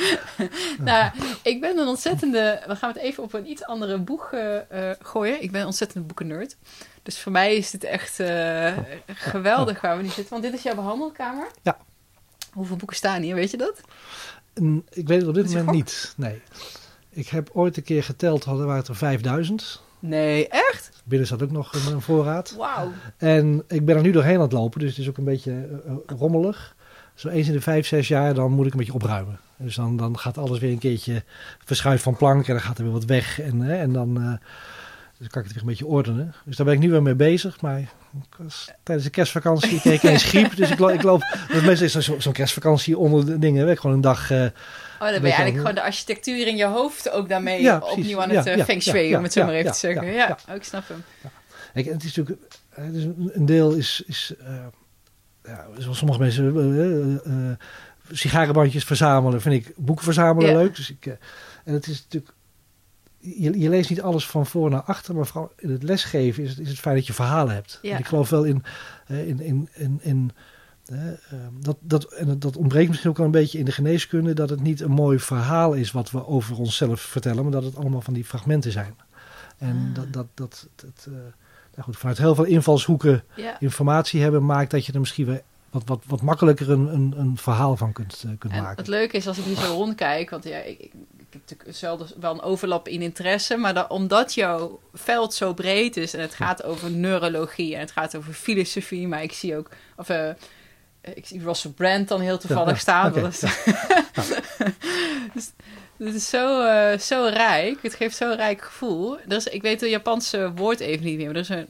nou, ik ben een ontzettende... We gaan het even op een iets andere boeg uh, uh, gooien. Ik ben een ontzettende boekennerd. Dus voor mij is dit echt uh, geweldig waar we nu zitten. Want dit is jouw behandelkamer. Ja. Hoeveel boeken staan hier, weet je dat? En ik weet het op dit moment gok? niet, nee. Ik heb ooit een keer geteld, hadden waren het er vijfduizend. Nee, echt? Binnen zat ook nog een, een voorraad. Wauw. En ik ben er nu doorheen aan het lopen, dus het is ook een beetje uh, rommelig. Zo eens in de vijf, zes jaar, dan moet ik een beetje opruimen. Dus dan, dan gaat alles weer een keertje verschuift van plank en dan gaat er weer wat weg. En, hè, en dan, uh, dus kan ik het weer een beetje ordenen. Dus daar ben ik nu weer mee bezig, maar... Was, tijdens de kerstvakantie kreeg ik eens griep. Dus ik, lo- ik loop... Meestal is er zo, zo'n kerstvakantie onder de dingen. Ik gewoon een dag... Uh, oh, dan ben je eigenlijk gewoon de architectuur in je hoofd ook daarmee ja, opnieuw aan ja, het uh, ja, feng shui, ja, om het zo ja, maar even ja, te zeggen. Ja, ja, ja. ja. Oh, ik snap hem. Ja. Kijk, het is natuurlijk... Het is een deel is... is uh, ja, zoals sommige mensen... Uh, uh, sigarenbandjes verzamelen vind ik boeken verzamelen ja. leuk. Dus ik, uh, en het is natuurlijk... Je, je leest niet alles van voor naar achter, maar vooral in het lesgeven is het, is het fijn dat je verhalen hebt. Ja. En ik geloof wel in, in, in, in, in uh, dat, dat, en dat ontbreekt misschien ook wel een beetje in de geneeskunde, dat het niet een mooi verhaal is wat we over onszelf vertellen, maar dat het allemaal van die fragmenten zijn. En ah. dat, dat, dat, dat uh, nou goed, vanuit heel veel invalshoeken ja. informatie hebben, maakt dat je er misschien weer wat, wat, wat makkelijker een, een, een verhaal van kunt, uh, kunt en maken. Het leuke is als ik hier zo rondkijk, want ja, ik, ik Ik heb natuurlijk zelden wel een overlap in interesse, maar dat, omdat jouw veld zo breed is en het gaat over neurologie en het gaat over filosofie, maar ik zie ook, of uh, ik zie Russell Brand dan heel toevallig ja, ja. staan. Okay, dat is, ja. dus, het is zo, uh, zo rijk, het geeft zo'n rijk gevoel. Er is, ik weet het Japanse woord even niet meer, maar er is een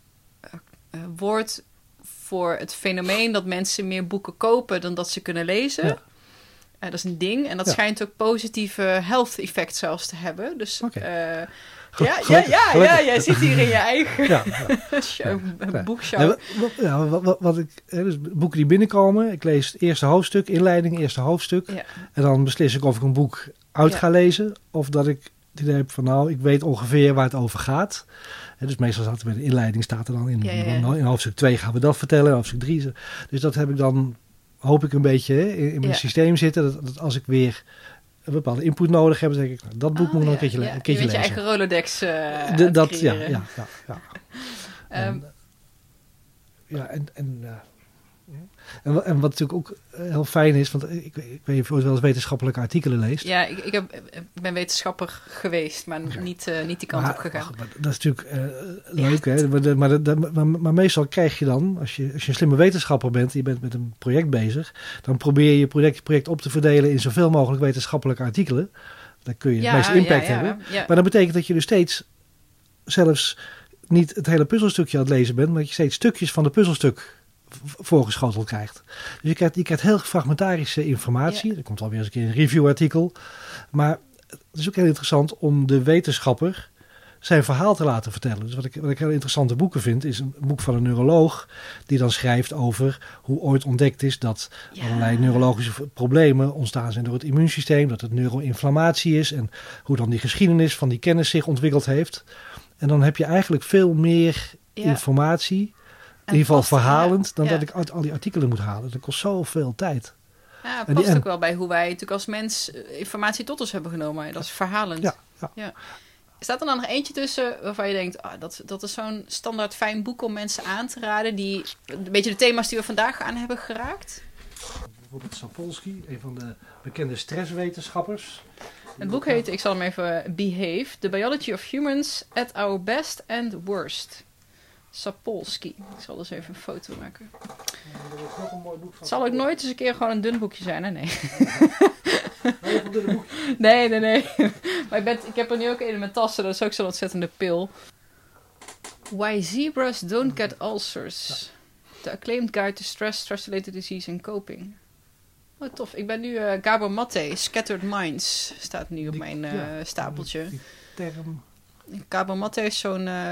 uh, woord voor het fenomeen dat mensen meer boeken kopen dan dat ze kunnen lezen. Ja. Uh, dat is een ding. En dat ja. schijnt ook positieve health effect zelfs te hebben. Dus okay. uh, ja, ja, ja, ja, jij zit hier in je eigen ja, ja. show, ja. boekshow. Ja, wat, ja, wat, wat, wat ik, dus boeken die binnenkomen, ik lees het eerste hoofdstuk, inleiding, eerste hoofdstuk. Ja. En dan beslis ik of ik een boek uit ja. ga lezen. Of dat ik het idee heb van nou, ik weet ongeveer waar het over gaat. He, dus meestal staat er bij de inleiding, staat er dan in, ja, ja, ja. in hoofdstuk twee gaan we dat vertellen, in hoofdstuk drie. Dus dat heb ik dan... hoop ik een beetje hè, in, in mijn ja. systeem zitten. Dat, dat als ik weer een bepaalde input nodig heb, dan denk ik, nou, dat boek oh, moet nog ja, een keertje, ja. een keertje je lezen. Je eigen Rolodex uh, De, dat, ja, ja, ja, ja. um, en, ja, en, en uh, En, wa- en wat natuurlijk ook eh, heel fijn is, want ik, ik weet niet of je ooit wel eens wetenschappelijke artikelen leest. Ja, ik, ik, heb, ik ben wetenschapper geweest, maar Oké. niet, uh, niet die kant maar, op gegaan. ach, maar dat is natuurlijk uh, leuk, hè? Maar, de, maar, de, de, maar, maar meestal krijg je dan, als je, als je een slimme wetenschapper bent, je bent met een project bezig, dan probeer je je project, project op te verdelen in zoveel mogelijk wetenschappelijke artikelen. Dan kun je Ja, het meeste impact ja, ja, hebben. ja. Maar dat betekent dat je dus steeds zelfs niet het hele puzzelstukje aan het lezen bent, maar dat je steeds stukjes van de puzzelstuk v- voorgeschoteld krijgt. Dus je krijgt, je krijgt heel fragmentarische informatie. Ja. Er komt alweer eens een keer een reviewartikel. Maar het is ook heel interessant om de wetenschapper zijn verhaal te laten vertellen. Dus wat ik, wat ik heel interessante boeken vind, is een boek van een neuroloog die dan schrijft over hoe ooit ontdekt is dat Ja. allerlei neurologische v- problemen ontstaan zijn door het immuunsysteem, dat het neuroinflammatie is en hoe dan die geschiedenis van die kennis zich ontwikkeld heeft. En dan heb je eigenlijk veel meer Ja. informatie, in En ieder geval past- verhalend, ja, dan ja. dat ik uit al die artikelen moet halen. Dat kost zoveel tijd. Ja, het En past die- en- ook wel bij hoe wij natuurlijk als mens eh, informatie tot ons hebben genomen. Dat is verhalend. Ja, ja. Staat er dan nog eentje tussen waarvan je denkt, ah, dat, dat is zo'n standaard fijn boek om mensen aan te raden, die een beetje de thema's die we vandaag aan hebben geraakt? Bijvoorbeeld Sapolsky, een van de bekende stresswetenschappers. Het boek heet, ik zal hem even, Behave, The Biology of Humans at Our Best and Worst. Sapolsky. Ik zal dus even een foto maken. Er is nog een mooi boek van. Het zal ook nooit eens een keer gewoon een dun boekje zijn, hè? Nee. Oh, je hebt een dunne boek. Nee, nee, nee. Maar ik, ben, ik heb er nu ook een in mijn tassen. Dat is ook zo'n ontzettende pil. Why Zebras Don't Get Ulcers. The Acclaimed Guide to Stress, Stress-Related Disease and Coping. Oh, tof. Ik ben nu uh, Gabor Mate, Scattered Minds, staat nu op Die- mijn uh, ja, stapeltje. Die term. Gabor Mate is zo'n uh,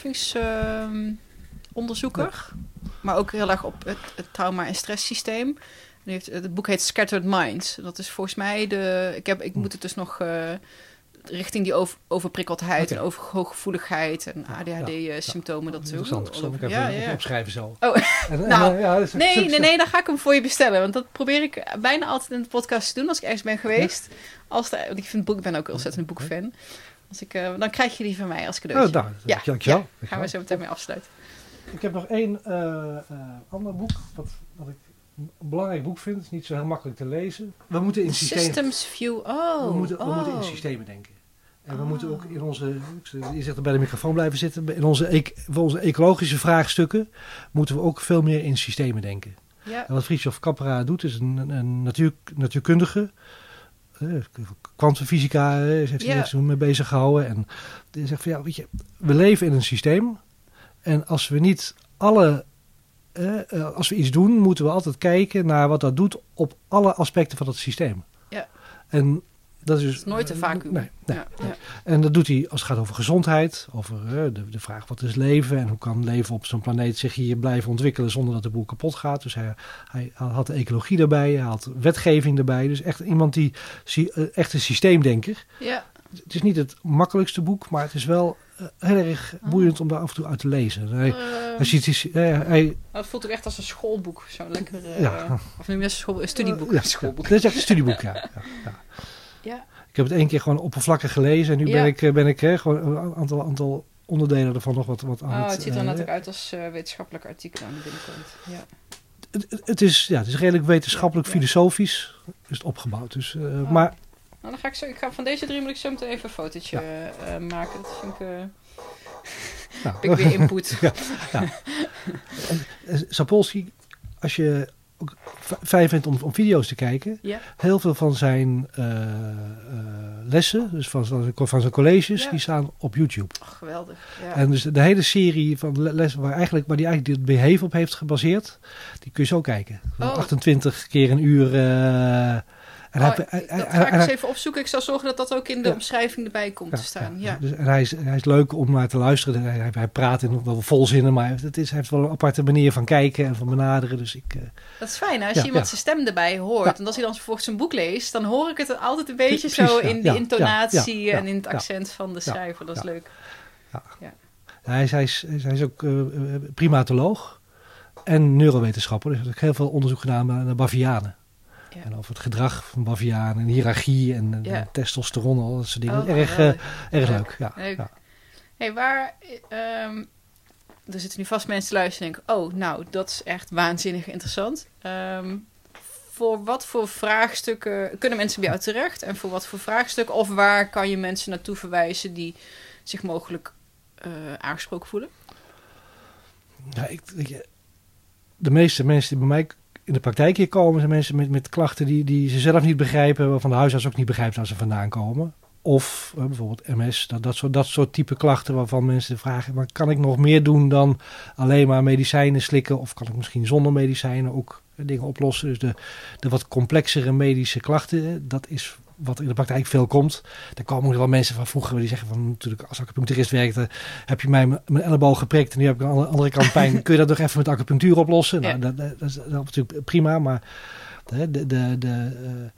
verslavingsonderzoeker. Uh, maar ook heel erg op het, het trauma- en stresssysteem. En die heeft, het boek heet Scattered Minds. Dat is volgens mij de... Ik, heb, ik moet het dus nog uh, richting die over, overprikkeldheid Okay. en over hooggevoeligheid en A D H D-symptomen. Ja, dat interessant. Ik zal hem even, ja, ja, even ja. opschrijven zo. Oh. En, Nou, en, ja, dat is- Nee, dat is- nee, nee, dan ga ik hem voor je bestellen. Want dat probeer ik bijna altijd in de podcast te doen als ik ergens ben geweest. Als de, want ik vind boek, ik ben ook een ontzettend boekfan. Als ik, uh, dan krijg je die van mij als cadeautje. Oh, nou, ja, dankjewel. ja, gaan we zo meteen mee afsluiten. Ik heb nog één uh, uh, ander boek, wat, wat ik een belangrijk boek vind. Het is niet zo heel makkelijk te lezen. We moeten in systemen, Systems View, oh. we moeten, we oh. moeten in systemen denken. En we Oh. moeten ook in onze, je zegt er bij de microfoon blijven zitten, in onze, e- voor onze ecologische vraagstukken moeten we ook veel meer in systemen denken. Ja. En wat Fritjof Capra doet, is een, een natuur, natuurkundige, kwantumfysica, uh, heeft hij Ja. net zo mee bezig gehouden. En die zegt van ja, weet je, we leven in een systeem. En als we niet alle, uh, uh, als we iets doen, moeten we altijd kijken naar wat dat doet op alle aspecten van het systeem. Ja. En dat is, dus, Het is nooit een vacuüm. Nee, nee, ja, nee. ja. En dat doet hij als het gaat over gezondheid, over uh, de, de vraag wat is leven en hoe kan leven op zo'n planeet zich hier blijven ontwikkelen zonder dat de boel kapot gaat. Dus hij, hij had de ecologie daarbij, hij had wetgeving erbij. Dus echt iemand die, echt een systeemdenker. Ja. Het is niet het makkelijkste boek, maar het is wel uh, heel erg boeiend om daar af en toe uit te lezen. Hij, Uh, hij ziet, hij, hij, het voelt ook echt als een schoolboek. Zo'n lekker, uh, Ja. of noem je dat een, school, een studieboek? Uh, ja, schoolboek. Dat is echt een studieboek, ja. ja, ja. Ja. Ik heb het één keer gewoon oppervlakkig gelezen en nu Ja. ben ik, ben ik hè, gewoon een aantal, aantal onderdelen ervan nog wat, wat aan Oh, het... het ziet er uh, inderdaad ook uit als uh, wetenschappelijk artikel aan de binnenkant. Ja. Het, het, is, ja, het is redelijk wetenschappelijk, Ja, ja. filosofisch is het opgebouwd. Dus, uh, Oh. maar, Nou, dan ga ik zo. Ik ga van deze drie moet ik zo meteen even een fotootje Ja. uh, maken. Dat vind ik. Uh, nou, heb ik weer input. ja, ja. En, Sapolsky, als je ook f- fijn vindt om, om video's te kijken, Ja. heel veel van zijn uh, uh, lessen, dus van, van, van zijn colleges, Ja. die staan op YouTube. Oh, geweldig. Ja. En dus de hele serie van le- lessen waar, eigenlijk, waar die eigenlijk dit Behave op heeft gebaseerd, die kun je zo kijken. Van Oh. achtentwintig keer een uur. Uh, en Oh, hij, hij, dat hij, ga ik hij- eens even opzoeken. Ik zal zorgen dat dat ook in de Ja. omschrijving erbij komt te staan. Ja. Dus, en hij is, hij is leuk om naar te luisteren. Hij, hij, hij praat in wel volzinnen, maar het is, hij heeft wel een aparte manier van kijken en van benaderen. Dus ik, uh, Dat is fijn, hè? Als Ja, je iemand ja. zijn stem erbij hoort. Ja. En als hij dan vervolgens zijn boek leest, dan hoor ik het altijd een beetje Precies, zo ja, in de ja, intonatie ja, ja, en in het ja. accent van de Ja, schrijver. Dat is ja. leuk. hij, is, hij, is, hij is ook uh, primatoloog en neurowetenschapper. Dus hij heeft ook heel veel onderzoek gedaan naar, naar bavianen. Ja. En over het gedrag van bavianen en hiërarchie en, en Ja. testosteron en al dat soort dingen. Oh, erg, uh, geweldig. erg Leuk. leuk. Ja, Leuk. ja. Hey, waar... Um, er zitten nu vast mensen te luisteren en denken, oh, nou, dat is echt waanzinnig interessant. Um, voor wat voor vraagstukken kunnen mensen bij jou terecht? En voor wat voor vraagstukken? Of waar kan je mensen naartoe verwijzen die zich mogelijk uh, aangesproken voelen? Ja, ik, ik, de meeste mensen die bij mij in de praktijk hier komen, zijn mensen met, met klachten die, die ze zelf niet begrijpen, waarvan de huisarts ook niet begrijpt waar ze vandaan komen. Of uh, bijvoorbeeld M S, dat, dat, soort, dat soort type klachten waarvan mensen vragen, maar kan ik nog meer doen dan alleen maar medicijnen slikken? Of kan ik misschien zonder medicijnen ook dingen oplossen? Dus de, de wat complexere medische klachten, dat is wat in de praktijk veel komt. Daar komen ook wel mensen van vroeger die zeggen van, natuurlijk als acupuncturist werkte, heb je mij mijn elleboog geprikt en nu heb ik aan de andere kant pijn. Kun je dat nog even met acupunctuur oplossen? Ja. Nou, dat, dat, dat is natuurlijk prima, maar de, de, de, de,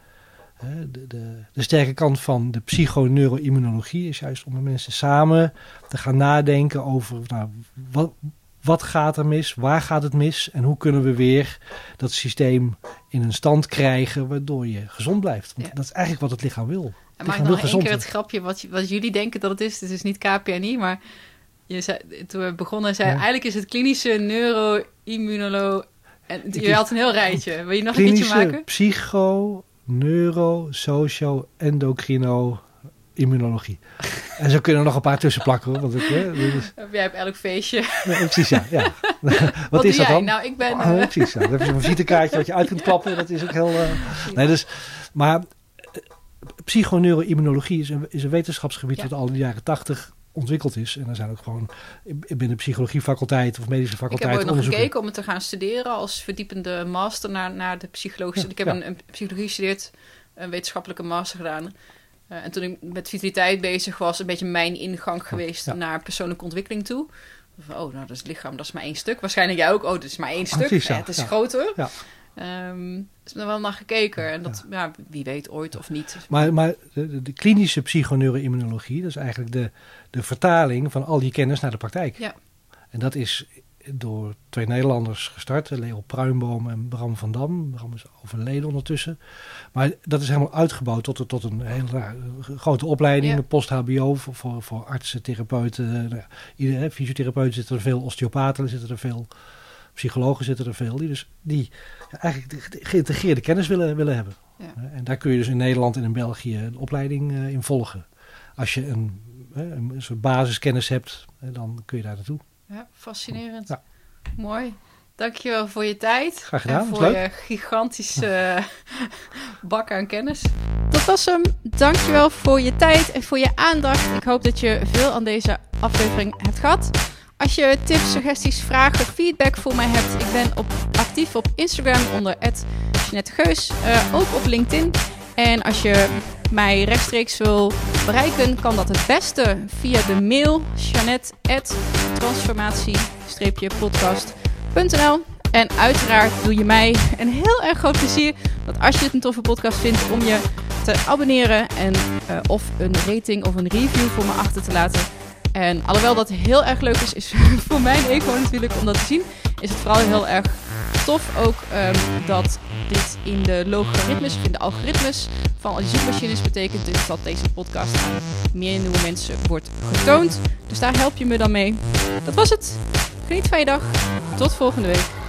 de, de, de sterke kant van de psychoneuroimmunologie is juist om met mensen samen te gaan nadenken over, nou, wat, wat gaat er mis, waar gaat het mis en hoe kunnen we weer dat systeem in een stand krijgen waardoor je gezond blijft. Want ja. dat is eigenlijk wat het lichaam wil. En mag ik nog één keer het grapje wat, wat jullie denken dat het is? Het is niet K P N I, maar je zei, toen we begonnen zei ja. eigenlijk is het klinische neuro-immunoloog. En je had een heel rijtje. Wil je nog een keertje maken? Psycho, neuro, socio, endocrino, immunologie. En zo kunnen er nog een paar tussen plakken hoor. Want ik, hè, dus... Jij hebt elk feestje. Nee, precies, ja. ja. wat, wat is dat jij? dan? Nou, ik ben... Oh, uh... precies, ja. Dan heb je zo'n visitekaartje wat je uit kunt klappen. Dat is ook heel... Uh... Nee, dus... Maar uh, psychoneuroimmunologie is een, is een wetenschapsgebied ja. dat al in de jaren tachtig ontwikkeld is. En er zijn ook gewoon binnen de psychologiefaculteit of medische faculteit Ik heb ooit nog gekeken om het te gaan studeren als verdiepende master naar, naar de psychologische... Ja, ik heb ja. een, een psychologie gestudeerd, een wetenschappelijke master gedaan. Uh, en toen ik met vitaliteit bezig was, een beetje mijn ingang geweest ja. naar persoonlijke ontwikkeling toe. Van, oh, nou, dat is het lichaam, dat is maar één stuk. Waarschijnlijk jij ook, oh, dat is maar één stuk. Precies, ja. Ja, het is ja. groter. Ja. Um, dus ik heb er wel naar gekeken. En dat, ja. Ja, wie weet ooit of niet. Maar, maar de, de klinische psychoneuroimmunologie, dat is eigenlijk de, de vertaling van al die kennis naar de praktijk. Ja. En dat is door twee Nederlanders gestart, Leo Pruimboom en Bram van Dam. Bram is overleden ondertussen. Maar dat is helemaal uitgebouwd tot, tot een hele grote opleiding. Ja. Post-H B O voor, voor, voor artsen, therapeuten. Nou, ieder, fysiotherapeuten zitten er veel, osteopaten zitten er veel, psychologen zitten er veel. Die dus die ja, eigenlijk de geïntegreerde kennis willen, willen hebben. Ja. En daar kun je dus in Nederland en in België een opleiding uh, in volgen. Als je een, een, een soort basiskennis hebt, dan kun je daar naartoe. Ja, fascinerend. Ja. Mooi. Dankjewel voor je tijd. Graag gedaan. En voor je gigantische bak aan kennis. Dat was hem. Dankjewel voor je tijd en voor je aandacht. Ik hoop dat je veel aan deze aflevering hebt gehad. Als je tips, suggesties, vragen, feedback voor mij hebt. Ik ben op, actief op Instagram onder at Jeanette Geus. Uh, ook op LinkedIn. En als je mij rechtstreeks wil bereiken, kan dat het beste via de mail jeanette at transformatie podcast punt n l. En uiteraard doe je mij een heel erg groot plezier dat als je het een toffe podcast vindt om je te abonneren en uh, of een rating of een review voor me achter te laten. En alhoewel dat heel erg leuk is, is voor mijn ego natuurlijk om dat te zien, is het vooral heel erg tof ook um, dat dit in de logaritmes of in de algoritmes van al die zoekmachines betekent dus dat deze podcast aan meer nieuwe mensen wordt getoond. Dus daar help je me dan mee. Dat was het. Geniet van je dag. Tot volgende week.